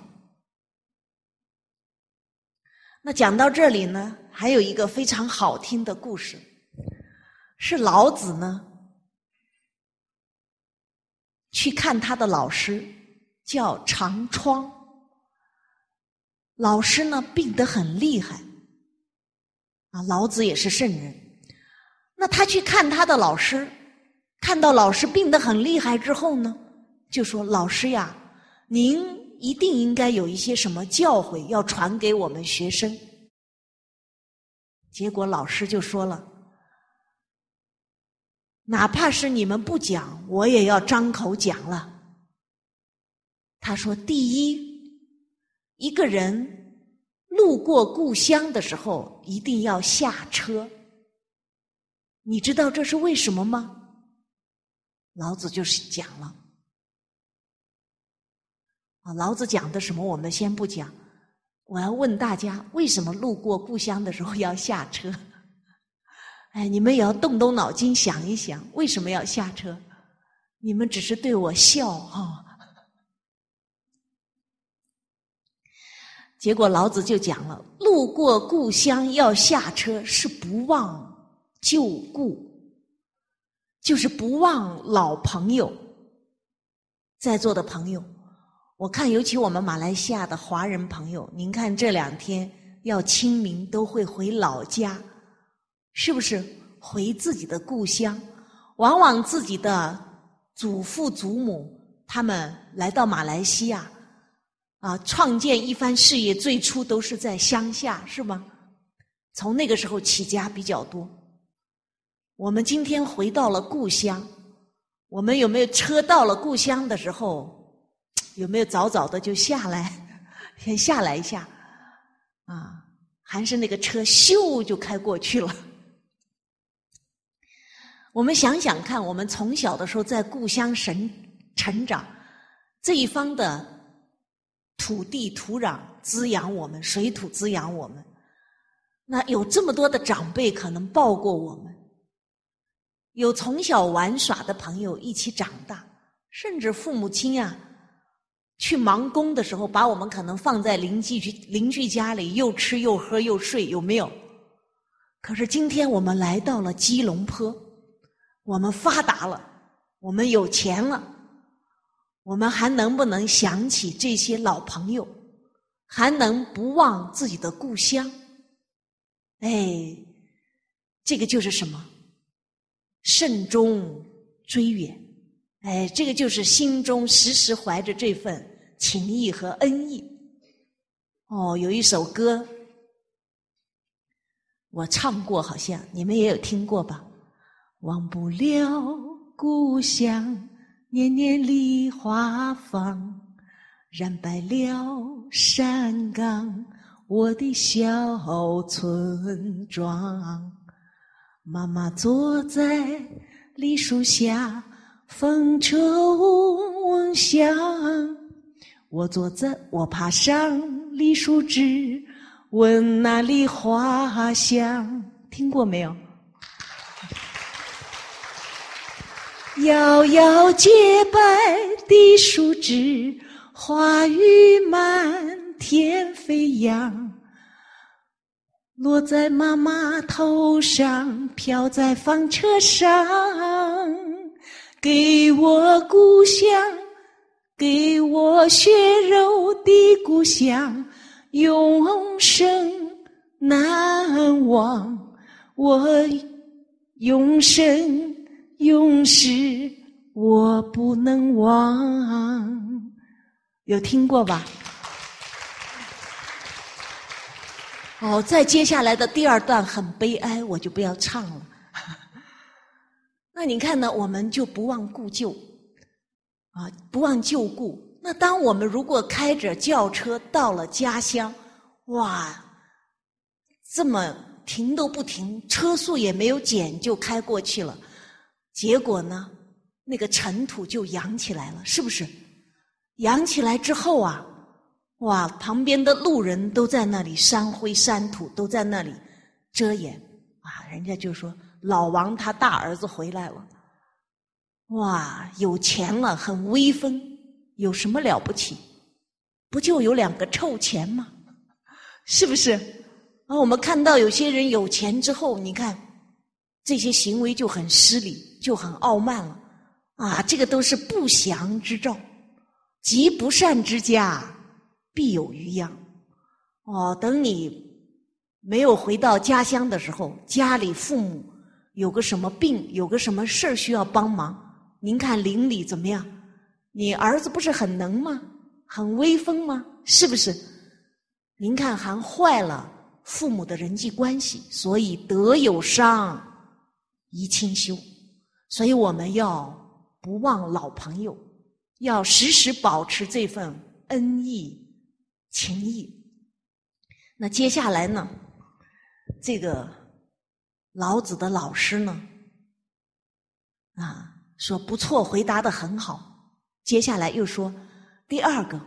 那讲到这里呢，还有一个非常好听的故事，是老子呢去看他的老师叫长疮，老师呢病得很厉害啊，老子也是圣人。那他去看他的老师，看到老师病得很厉害之后呢，就说：老师呀，您一定应该有一些什么教诲要传给我们学生。结果老师就说了：哪怕是你们不讲，我也要张口讲了。他说：第一，一个人路过故乡的时候一定要下车。你知道这是为什么吗？老子就是讲了啊，老子讲的什么我们先不讲，我要问大家，为什么路过故乡的时候要下车？哎，你们也要动动脑筋想一想，为什么要下车？你们只是对我笑哈、哦。结果老子就讲了，路过故乡要下车，是不忘旧故，就是不忘老朋友。在座的朋友，我看尤其我们马来西亚的华人朋友，您看这两天要清明都会回老家，是不是回自己的故乡？往往自己的祖父祖母他们来到马来西亚啊，创建一番事业，最初都是在乡下，是吗？从那个时候起家比较多。我们今天回到了故乡，我们有没有车到了故乡的时候，有没有早早的就下来，先下来一下啊？还是那个车咻就开过去了？我们想想看，我们从小的时候在故乡成成长，这一方的土地土壤滋养我们，水土滋养我们，那有这么多的长辈可能抱过我们，有从小玩耍的朋友一起长大，甚至父母亲啊去忙工的时候把我们可能放在邻居邻居家里，又吃又喝又睡，有没有？可是今天我们来到了基隆坡，我们发达了，我们有钱了，我们还能不能想起这些老朋友，还能不忘自己的故乡？哎，这个就是什么？慎终追远。哎，这个就是心中时时怀着这份情谊和恩义。哦，有一首歌我唱过，好像你们也有听过吧？忘不了故乡，年年梨花放，染白了山岗，我的小村庄。妈妈坐在梨树下，风抽响，我坐在我爬上梨树枝，闻那梨花香。听过没有？摇摇洁白的树枝，花雨满天飞扬，落在妈妈头上，飘在纺车上，给我故乡，给我血肉的故乡，永生难忘，我永生永世我不能忘。有听过吧？哦，再接下来的第二段很悲哀，我就不要唱了。那你看呢，我们就不忘故旧啊，不忘旧故。那当我们如果开着轿车到了家乡，哇，这么停都不停，车速也没有减就开过去了，结果呢，那个尘土就扬起来了，是不是？扬起来之后啊，哇，旁边的路人都在那里扇灰扇土，都在那里遮掩啊，人家就说老王他大儿子回来了，哇，有钱了，很威风，有什么了不起？不就有两个臭钱吗？是不是？啊，我们看到有些人有钱之后，你看这些行为就很失礼，就很傲慢了啊！这个都是不祥之兆，积不善之家，必有余殃。哦，等你没有回到家乡的时候，家里父母有个什么病，有个什么事儿需要帮忙，您看邻里怎么样？你儿子不是很能吗？很威风吗？是不是？您看还坏了父母的人际关系，所以德有伤，贻亲羞。所以我们要不忘老朋友，要时时保持这份恩义情谊。那接下来呢，这个老子的老师呢，啊，说不错，回答得很好。接下来又说第二个，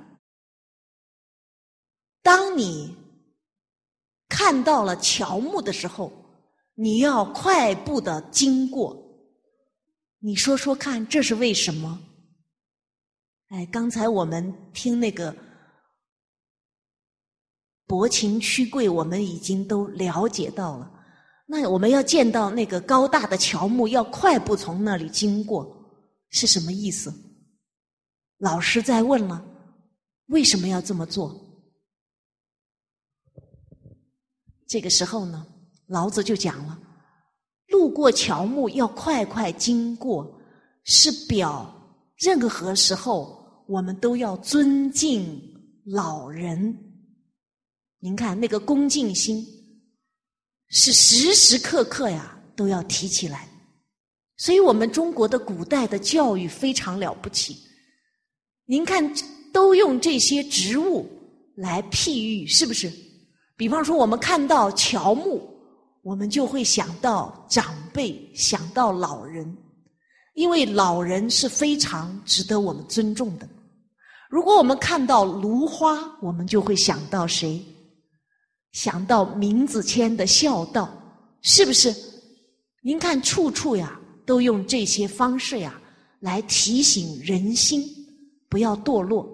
当你看到了乔木的时候，你要快步的经过。你说说看，这是为什么？哎，刚才我们听那个薄情屈贵，我们已经都了解到了。那我们要见到那个高大的乔木，要快步从那里经过，是什么意思？老师在问了，为什么要这么做？这个时候呢，老子就讲了，路过乔木要快快经过，是表任何时候我们都要尊敬老人。您看那个恭敬心是时时刻刻呀都要提起来。所以我们中国的古代的教育非常了不起，您看都用这些植物来譬喻，是不是？比方说我们看到乔木，我们就会想到长辈，想到老人，因为老人是非常值得我们尊重的。如果我们看到芦花，我们就会想到谁？想到闵子骞的孝道，是不是？您看处处呀都用这些方式呀来提醒人心不要堕落。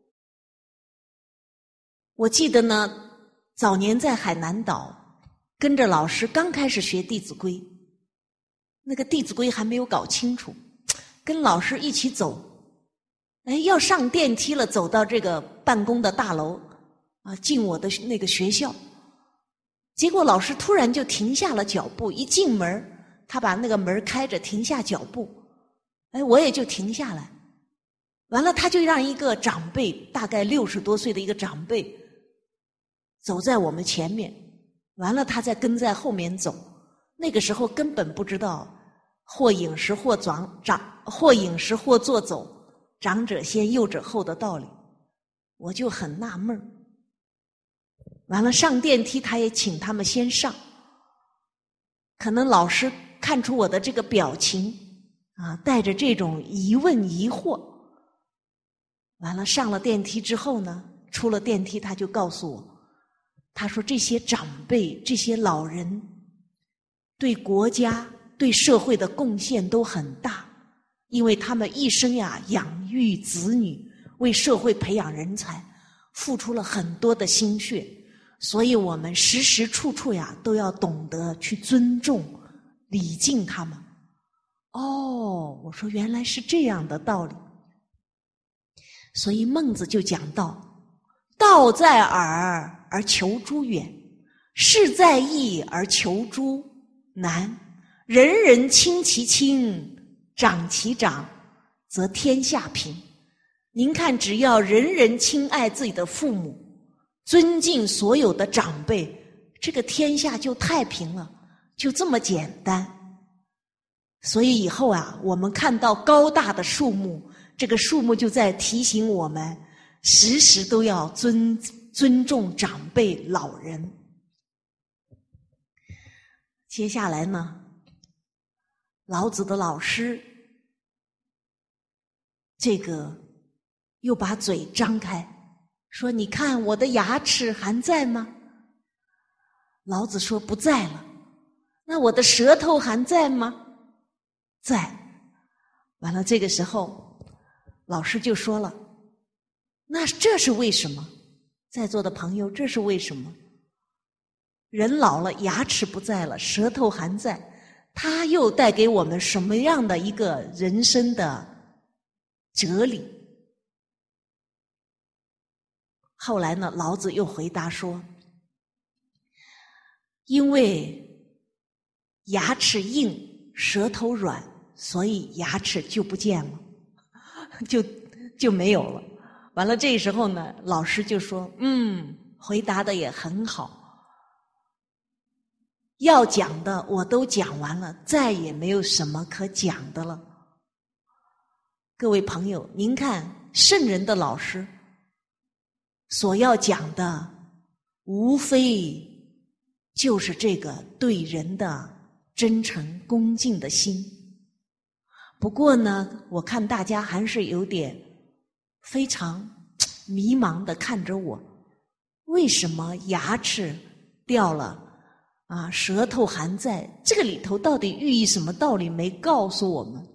我记得呢，早年在海南岛跟着老师刚开始学《弟子规》，那个《弟子规》还没有搞清楚，跟老师一起走，哎，要上电梯了，走到这个办公的大楼啊，进我的那个学校，结果老师突然就停下了脚步，一进门他把那个门开着，停下脚步，哎，我也就停下来。完了，他就让一个长辈，大概六十多岁的一个长辈，走在我们前面。完了，他再跟在后面走。那个时候根本不知道或饮食或长长或饮食或坐走，长者先，幼者后的道理，我就很纳闷。完了，上电梯他也请他们先上。可能老师看出我的这个表情啊，带着这种疑问疑惑。完了，上了电梯之后呢，出了电梯他就告诉我，他说这些长辈，这些老人对国家对社会的贡献都很大，因为他们一生呀养育子女，为社会培养人才付出了很多的心血，所以我们时时处处呀都要懂得去尊重礼敬他们。哦，我说原来是这样的道理。所以孟子就讲到，道在耳而求诸远，事在易而求诸难，人人亲其亲，长其长， 则天下平。您看，只要人人亲爱自己的父母，尊敬所有的长辈，这个天下就太平了，就这么简单。所以以后啊，我们看到高大的树木，这个树木就在提醒我们，时时都要尊尊重长辈老人。接下来呢，老子的老师这个又把嘴张开，说：“你看我的牙齿还在吗？”老子说：“不在了。”那我的舌头还在吗？在。完了，这个时候老师就说了：“那这是为什么？在座的朋友，这是为什么？人老了，牙齿不在了，舌头还在，它又带给我们什么样的一个人生的哲理？”后来呢，老子又回答说：“因为牙齿硬，舌头软，所以牙齿就不见了，就就没有了。”完了，这时候呢，老师就说：“嗯，回答的也很好。要讲的我都讲完了，再也没有什么可讲的了。”各位朋友，您看圣人的老师所要讲的，无非就是这个对人的真诚恭敬的心。不过呢，我看大家还是有点非常迷茫的看着我，为什么牙齿掉了啊，舌头还在？这个里头到底寓意什么道理没告诉我们？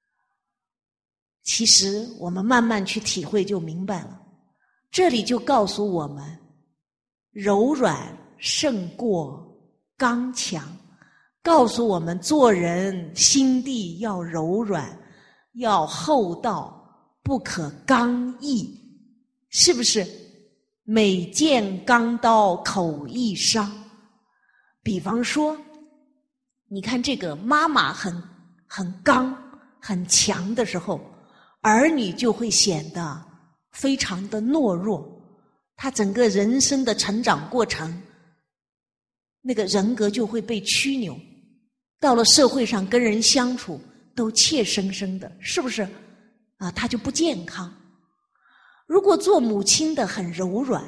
其实我们慢慢去体会就明白了。这里就告诉我们，柔软胜过刚强，告诉我们做人心地要柔软，要厚道，不可刚毅，是不是？每见钢刀口易伤。比方说，你看这个妈妈很很刚很强的时候，儿女就会显得非常的懦弱，他整个人生的成长过程，那个人格就会被曲扭，到了社会上跟人相处都怯生生的，是不是啊？他就不健康。如果做母亲的很柔软，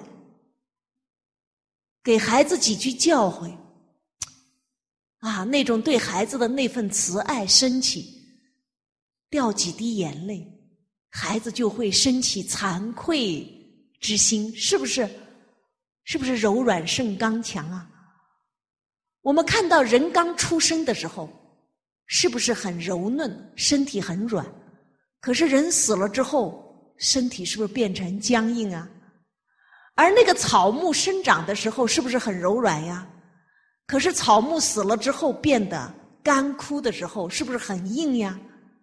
给孩子几句教诲啊，那种对孩子的那份慈爱升起，掉几滴眼泪，孩子就会升起惭愧之心，是不是？是不是柔软胜刚强啊？我们看到人刚出生的时候，是不是很柔嫩，身体很软？可是人死了之后，身体是不是变成僵硬啊？而那个草木生长的时候，是不是很柔软呀？可是草木死了之后变得干枯的时候，是不是很硬呀？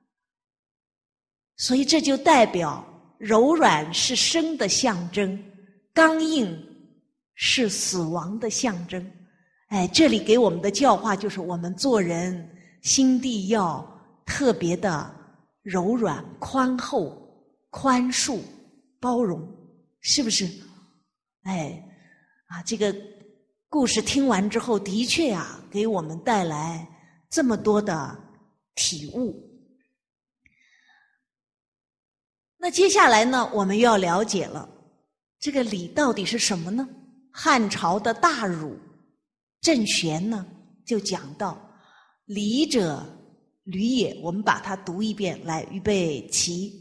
所以这就代表柔软是生的象征，刚硬是死亡的象征。哎，这里给我们的教化就是我们做人心地要特别的柔软、宽厚、宽恕、包容，是不是？哎，啊，这个故事听完之后，的确啊，给我们带来这么多的体悟。那接下来呢，我们要了解了，这个礼到底是什么呢？汉朝的大儒郑玄呢，就讲到礼者履也，我们把它读一遍，来，预备起。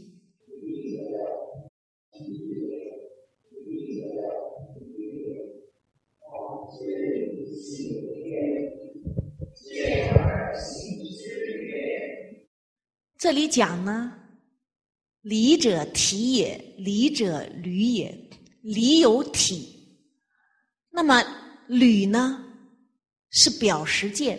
这里讲呢，礼者体也，礼者履也，礼有体。那么履呢，是表实践，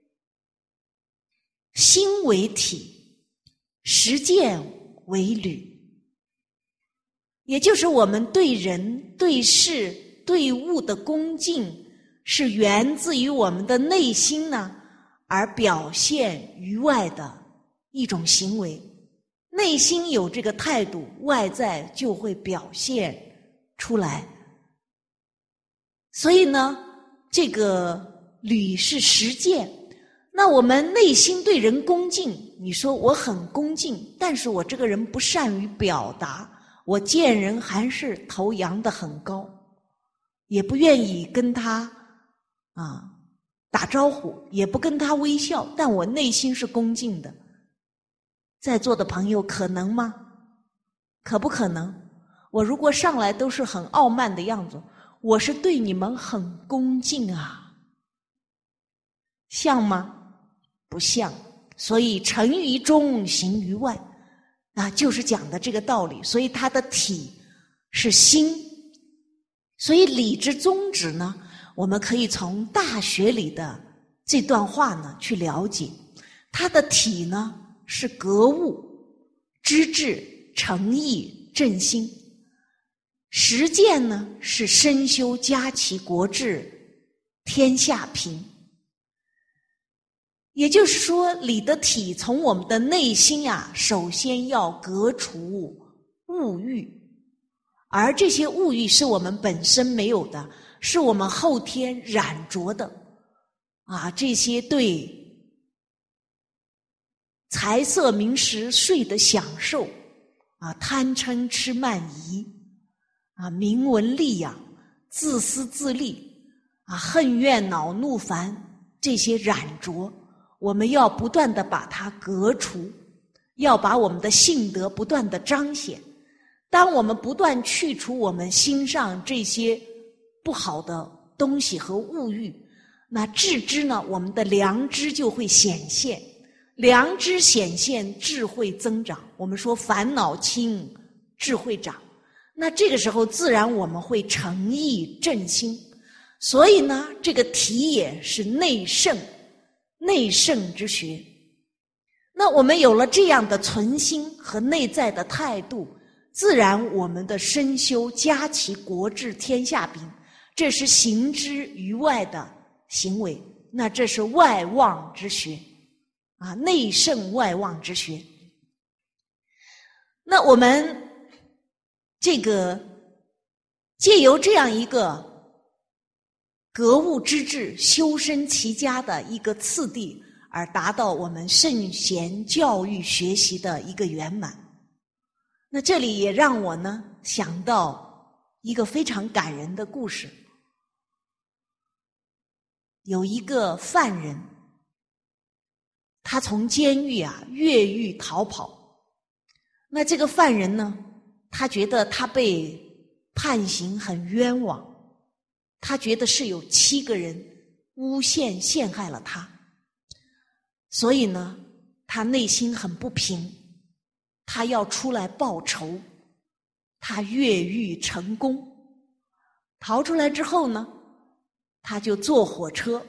心为体，实践为履。也就是我们对人、对事、对物的恭敬，是源自于我们的内心呢，而表现于外的一种行为。 内心有这个态度，外在就会表现出来。所以呢，这个履是实践。那我们内心对人恭敬，你说我很恭敬，但是我这个人不善于表达，我见人还是头扬得很高，也不愿意跟他啊打招呼，也不跟他微笑，但我内心是恭敬的。在座的朋友可能吗？可不可能？我如果上来都是很傲慢的样子，我是对你们很恭敬啊，像吗？不像。所以成于中，行于外啊，就是讲的这个道理。所以它的体是心，所以礼之宗旨呢，我们可以从《大学》里的这段话呢去了解。它的体呢是格物、知至、诚意、正心；实践呢是身修家齐国治天下平。也就是说，礼的体从我们的内心啊，首先要革除物欲，而这些物欲是我们本身没有的，是我们后天染着的啊，这些对财色名食睡的享受啊，贪嗔痴慢疑啊，名闻利养、自私自利啊，恨怨恼怒烦，这些染着，我们要不断的把它革除，要把我们的性德不断的彰显。当我们不断去除我们心上这些不好的东西和物欲，那致知呢，我们的良知就会显现，良知显现，智慧增长。我们说烦恼轻，智慧长。那这个时候自然我们会诚意正心。所以呢，这个体也是内圣，内圣之学。那我们有了这样的存心和内在的态度，自然我们的身修家齐国治天下平，这是行之于外的行为。那这是外望之学啊，内圣外望之学。那我们这个借由这样一个格物致知、修身齐家的一个次第，而达到我们圣贤教育学习的一个圆满。那这里也让我呢想到一个非常感人的故事。有一个犯人，他从监狱啊越狱逃跑。那这个犯人呢，他觉得他被判刑很冤枉，他觉得是有七个人诬陷陷害了他，所以呢，他内心很不平，他要出来报仇。他越狱成功，逃出来之后呢，他就坐火车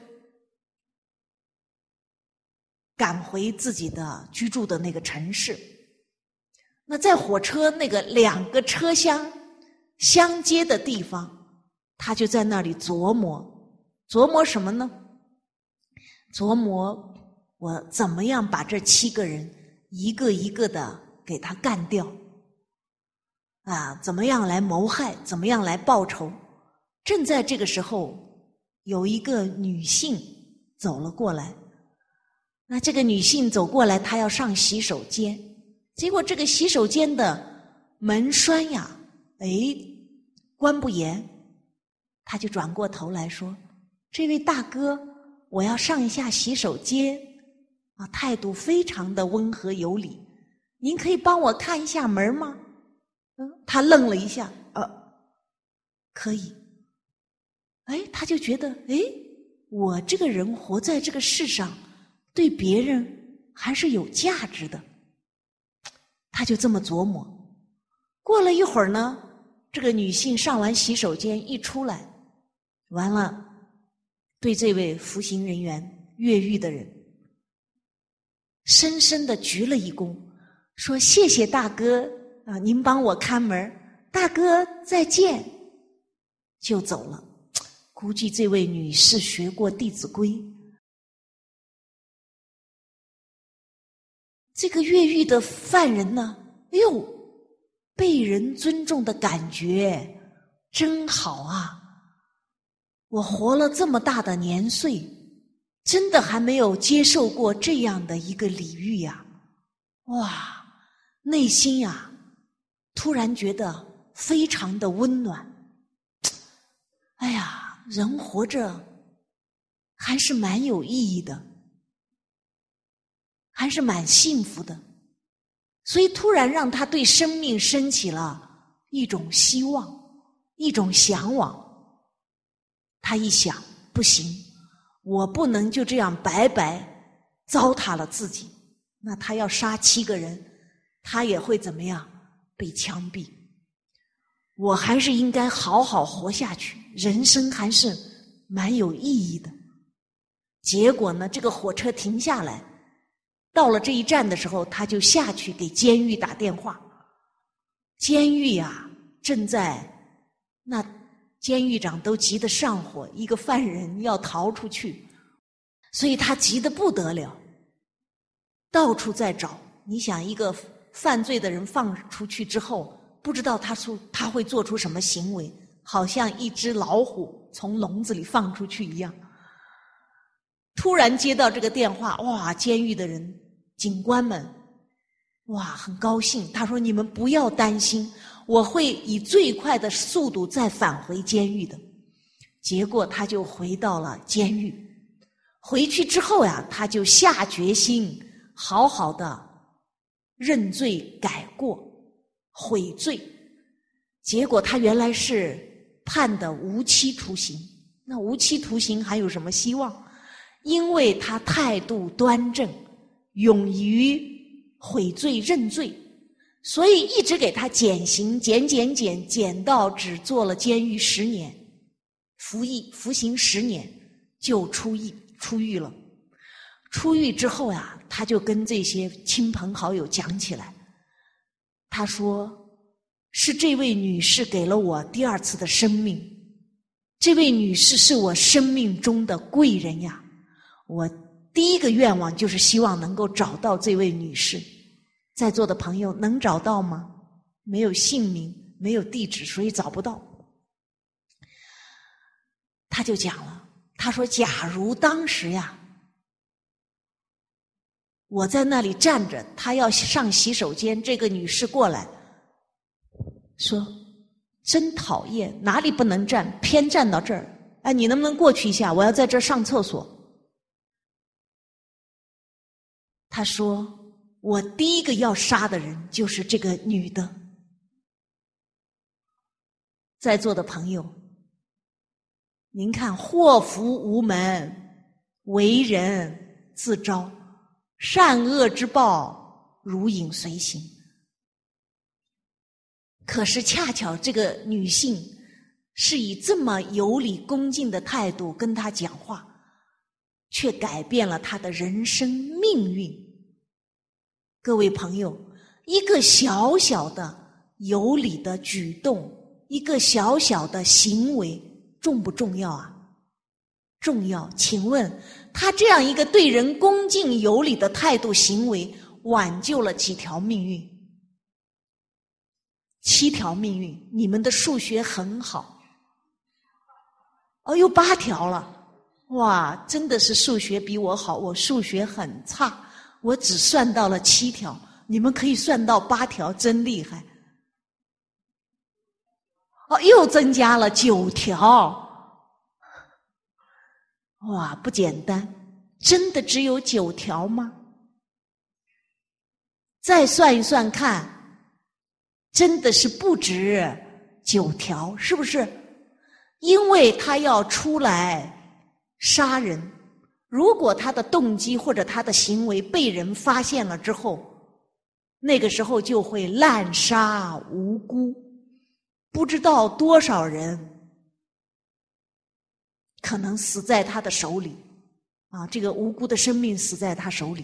赶回自己的居住的那个城市。那在火车那个两个车厢相接的地方，他就在那里琢磨，琢磨什么呢？琢磨我怎么样把这七个人一个一个的给他干掉啊，怎么样来谋害，怎么样来报仇。正在这个时候，有一个女性走了过来。那这个女性走过来，她要上洗手间，结果这个洗手间的门栓呀，哎，关不严。她就转过头来说：“这位大哥，我要上一下洗手间。”啊，态度非常的温和有礼。您可以帮我看一下门吗？嗯，他愣了一下，呃，可以。哎，他就觉得，哎，我这个人活在这个世上，对别人还是有价值的。他就这么琢磨。过了一会儿呢，这个女性上完洗手间一出来，完了，对这位服刑人员越狱的人深深的鞠了一躬，说：“谢谢大哥啊，您帮我看门，大哥再见。”就走了。估计这位女士学过《弟子规》， 这个越狱的犯人呢，哎呦，被人尊重的感觉真好啊！我活了这么大的年岁，真的还没有接受过这样的一个礼遇呀！哇，内心呀，突然觉得非常的温暖。哎呀，人活着还是蛮有意义的，还是蛮幸福的，所以突然让他对生命升起了一种希望，一种向往。他一想，不行，我不能就这样白白糟蹋了自己，那他要杀七个人，他也会怎么样？被枪毙。我还是应该好好活下去，人生还是蛮有意义的。结果呢，这个火车停下来，到了这一站的时候，他就下去给监狱打电话。监狱啊，正在那监狱长都急得上火，一个犯人要逃出去，所以他急得不得了，到处在找。你想，一个犯罪的人放出去之后，不知道他出他会做出什么行为，好像一只老虎从笼子里放出去一样。突然接到这个电话，哇，监狱的人警官们哇很高兴，他说你们不要担心，我会以最快的速度再返回监狱的。结果他就回到了监狱，回去之后呀，他就下决心好好的认罪改过悔罪。结果他原来是判的无期徒刑，那无期徒刑还有什么希望？因为他态度端正，勇于悔罪认罪，所以一直给他减刑，减减减，减到只坐了监狱十年，服役服刑十年就出狱出狱了。出狱之后呀，他就跟这些亲朋好友讲起来，他说是这位女士给了我第二次的生命，这位女士是我生命中的贵人呀，我第一个愿望就是希望能够找到这位女士。在座的朋友能找到吗？没有姓名，没有地址，所以找不到。他就讲了，他说假如当时呀，我在那里站着，他要上洗手间，这个女士过来说真讨厌，哪里不能站，偏站到这儿，哎，你能不能过去一下，我要在这儿上厕所。他说我第一个要杀的人就是这个女的。在座的朋友，您看，祸福无门，为人自招，善恶之报如影随形。可是恰巧这个女性是以这么有礼恭敬的态度跟他讲话，却改变了他的人生命运。各位朋友，一个小小的有礼的举动，一个小小的行为，重不重要啊？重要。请问他这样一个对人恭敬有礼的态度行为，挽救了几条命运？七条命运。你们的数学很好。哦，有八条了。哇，真的是数学比我好，我数学很差，我只算到了七条，你们可以算到八条，真厉害。哦，又增加了九条。哇，不简单，真的只有九条吗？再算一算看，真的是不止九条，是不是？因为他要出来杀人，如果他的动机或者他的行为被人发现了之后，那个时候就会滥杀无辜，不知道多少人可能死在他的手里啊！这个无辜的生命死在他手里。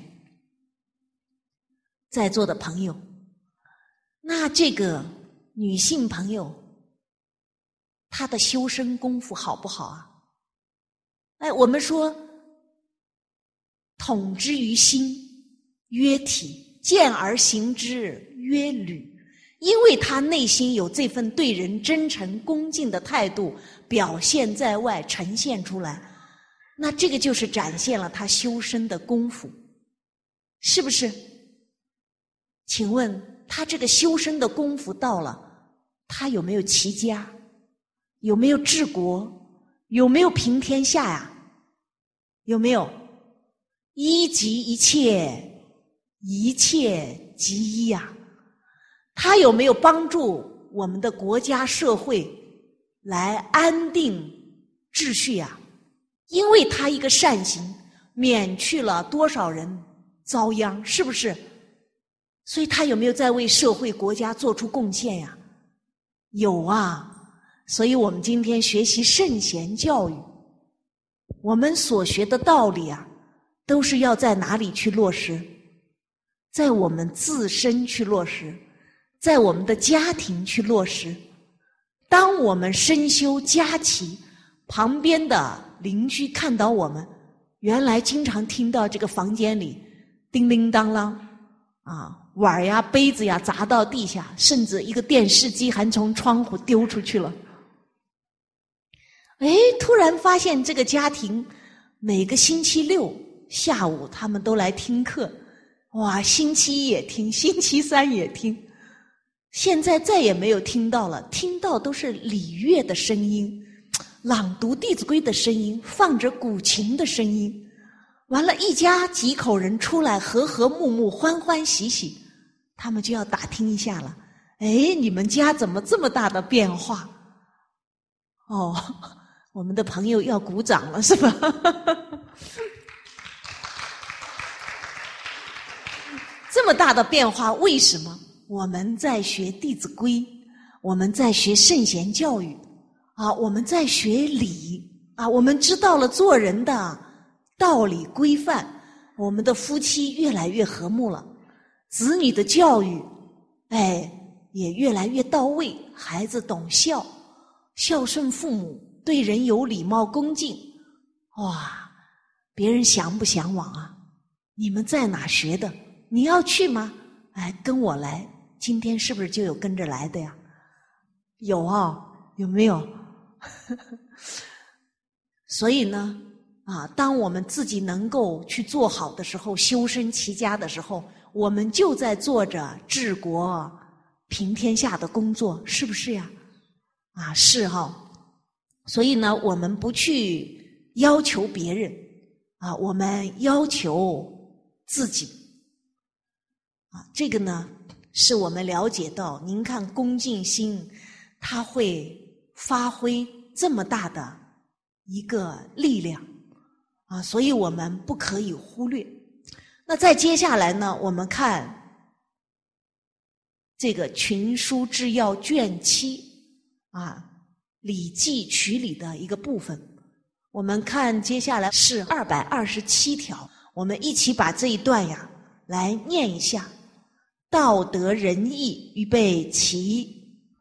在座的朋友，那这个女性朋友，她的修身功夫好不好啊？哎，我们说统之于心，曰体。 见而行之曰履。因为他内心有这份对人真诚恭敬的态度表现在外，呈现出来，那这个就是展现了他修身的功夫，是不是？请问他这个修身的功夫到了，他有没有齐家？有没有治国？有没有平天下呀？有没有？一即一切，一切即一呀。他有没有帮助我们的国家社会来安定秩序呀？因为他一个善行，免去了多少人遭殃，是不是？所以他有没有在为社会国家做出贡献呀？有啊。所以我们今天学习圣贤教育，我们所学的道理啊，都是要在哪里去落实？在我们自身去落实，在我们的家庭去落实。当我们身修家齐，旁边的邻居看到我们，原来经常听到这个房间里叮铃当啷啊，碗呀杯子呀砸到地下，甚至一个电视机还从窗户丢出去了。哎，突然发现这个家庭每个星期六下午他们都来听课，哇，星期一也听，星期三也听，现在再也没有听到了，听到都是礼乐的声音，朗读《弟子规》的声音，放着古琴的声音，完了一家几口人出来和和睦睦欢欢喜喜，他们就要打听一下了，哎，你们家怎么这么大的变化？哦，我们的朋友要鼓掌了是吧？这么大的变化，为什么？我们在学《弟子规》，我们在学圣贤教育啊，我们在学礼啊，我们知道了做人的道理规范，我们的夫妻越来越和睦了，子女的教育哎也越来越到位，孩子懂孝，孝顺父母，对人有礼貌恭敬。哇，别人向不向往啊？你们在哪学的？你要去吗？哎，跟我来。今天是不是就有跟着来的呀？有啊，有没有？所以呢，啊，当我们自己能够去做好的时候，修身齐家的时候，我们就在做着治国平天下的工作，是不是呀？啊，是哈。所以呢，我们不去要求别人啊，我们要求自己啊。这个呢，是我们了解到，您看恭敬心，它会发挥这么大的一个力量啊，所以我们不可以忽略。那再接下来呢，我们看这个《群书治要》卷七啊，《礼记曲礼》的一个部分。我们看接下来是二百二十七条，我们一起把这一段呀来念一下。道德仁义，预备起。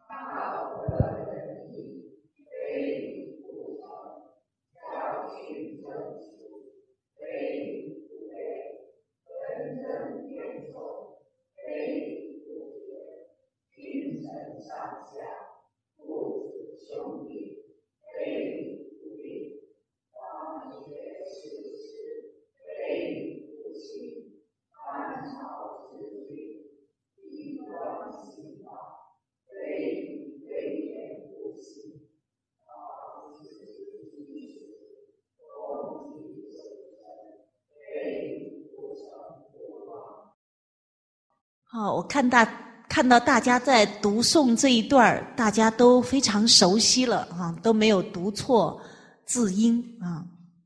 好，我看大看到大家在读诵这一段，大家都非常熟悉了啊，都没有读错字音啊。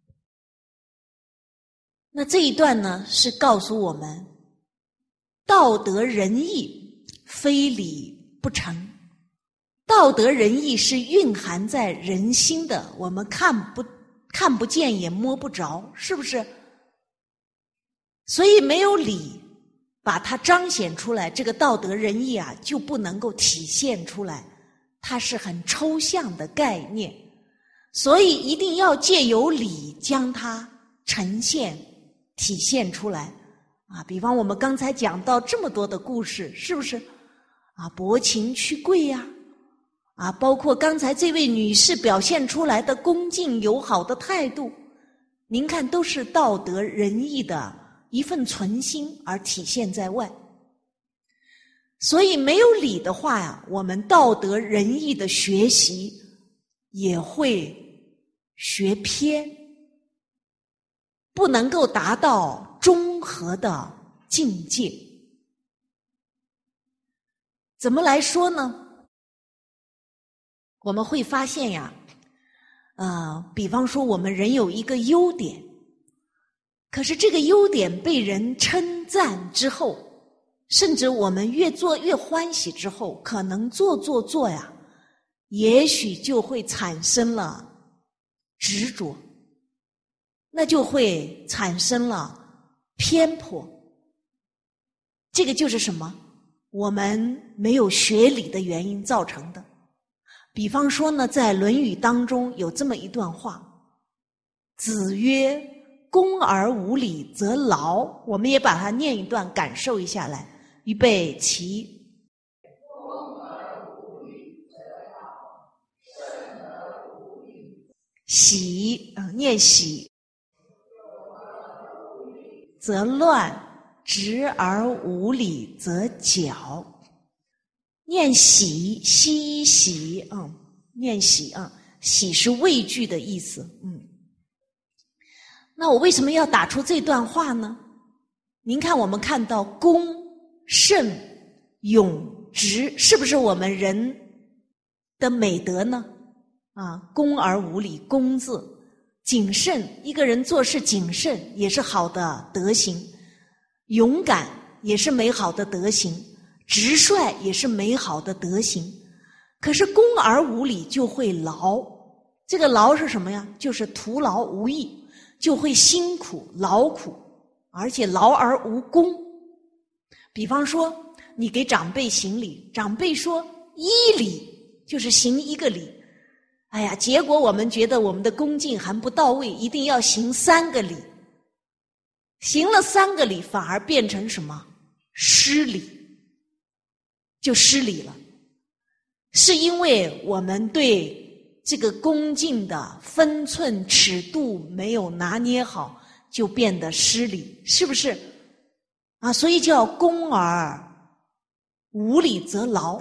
那这一段呢，是告诉我们，道德仁义非礼不成。道德仁义是蕴含在人心的，我们看不看不见也摸不着，是不是？所以没有礼，把它彰显出来，这个道德仁义啊，就不能够体现出来，它是很抽象的概念，所以一定要借由礼将它呈现体现出来啊，比方我们刚才讲到这么多的故事，是不是？啊，薄情屈贵呀，啊，包括刚才这位女士表现出来的恭敬友好的态度，您看都是道德仁义的一份存心而体现在外。所以没有礼的话呀，我们道德仁义的学习也会学偏，不能够达到中和的境界。怎么来说呢？我们会发现呀，呃，比方说我们人有一个优点，可是这个优点被人称赞之后，甚至我们越做越欢喜之后，可能做做做呀，也许就会产生了执着，那就会产生了偏颇。这个就是什么？我们没有学礼的原因造成的。比方说呢，在《论语》当中有这么一段话，子曰：恭而无礼则劳。我们也把它念一段，感受一下来。预备起。 恭而无礼则劳，慎而无礼喜，呃，念喜。则乱，直而无礼则绞。念喜，惜喜，嗯，念喜啊，喜是畏惧的意思，嗯。那我为什么要打出这段话呢？您看，我们看到恭、慎、勇、直，是不是我们人的美德呢？啊，恭而无礼，恭字；谨慎，一个人做事谨慎也是好的德行；勇敢也是美好的德行；直率也是美好的德行。可是恭而无礼就会劳，这个劳是什么呀？就是徒劳无益，就会辛苦劳苦，而且劳而无功。比方说你给长辈行礼，长辈说一礼，就是行一个礼，哎呀，结果我们觉得我们的恭敬还不到位，一定要行三个礼，行了三个礼反而变成什么？失礼，就失礼了。是因为我们对这个恭敬的分寸尺度没有拿捏好，就变得失礼，是不是？啊，所以叫恭而无礼则劳。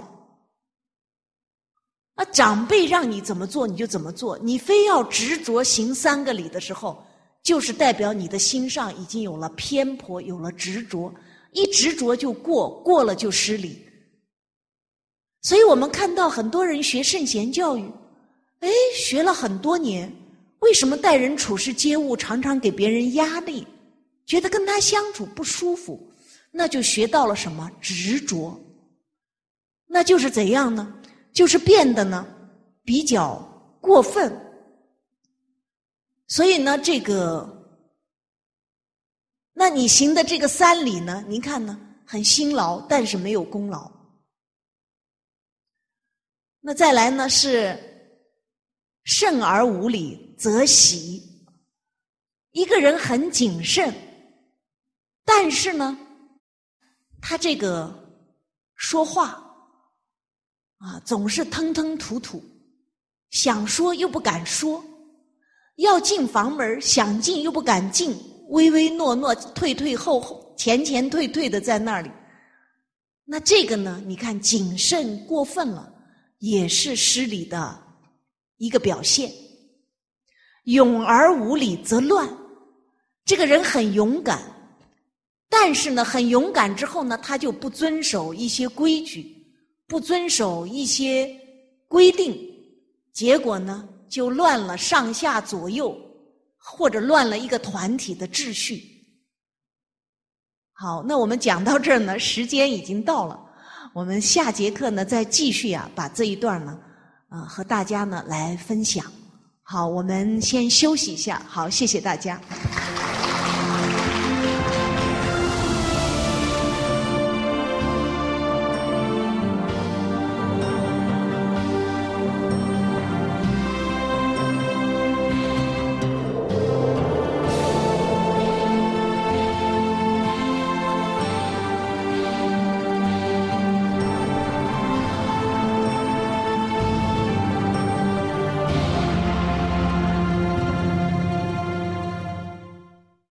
那长辈让你怎么做你就怎么做，你非要执着行三个礼的时候，就是代表你的心上已经有了偏颇，有了执着，一执着就过，过了就失礼。所以我们看到很多人学圣贤教育，哎，学了很多年，为什么待人处事接物常常给别人压力，觉得跟他相处不舒服？那就学到了什么？执着。那就是怎样呢？就是变得呢比较过分。所以呢这个，那你行的这个三礼呢，您看呢很辛劳，但是没有功劳。那再来呢是慎而无礼则喜。一个人很谨慎，但是呢他这个说话啊总是吞吞吐吐，想说又不敢说，要进房门想进又不敢进，唯唯诺诺，退退后后，前前退退的在那里。那这个呢，你看谨慎过分了，也是失礼的一个表现。勇而无礼则乱。这个人很勇敢，但是呢很勇敢之后呢，他就不遵守一些规矩，不遵守一些规定，结果呢就乱了上下左右，或者乱了一个团体的秩序。好，那我们讲到这儿呢，时间已经到了，我们下节课呢再继续啊，把这一段呢啊、呃、和大家呢来分享。好，我们先休息一下。好，谢谢大家。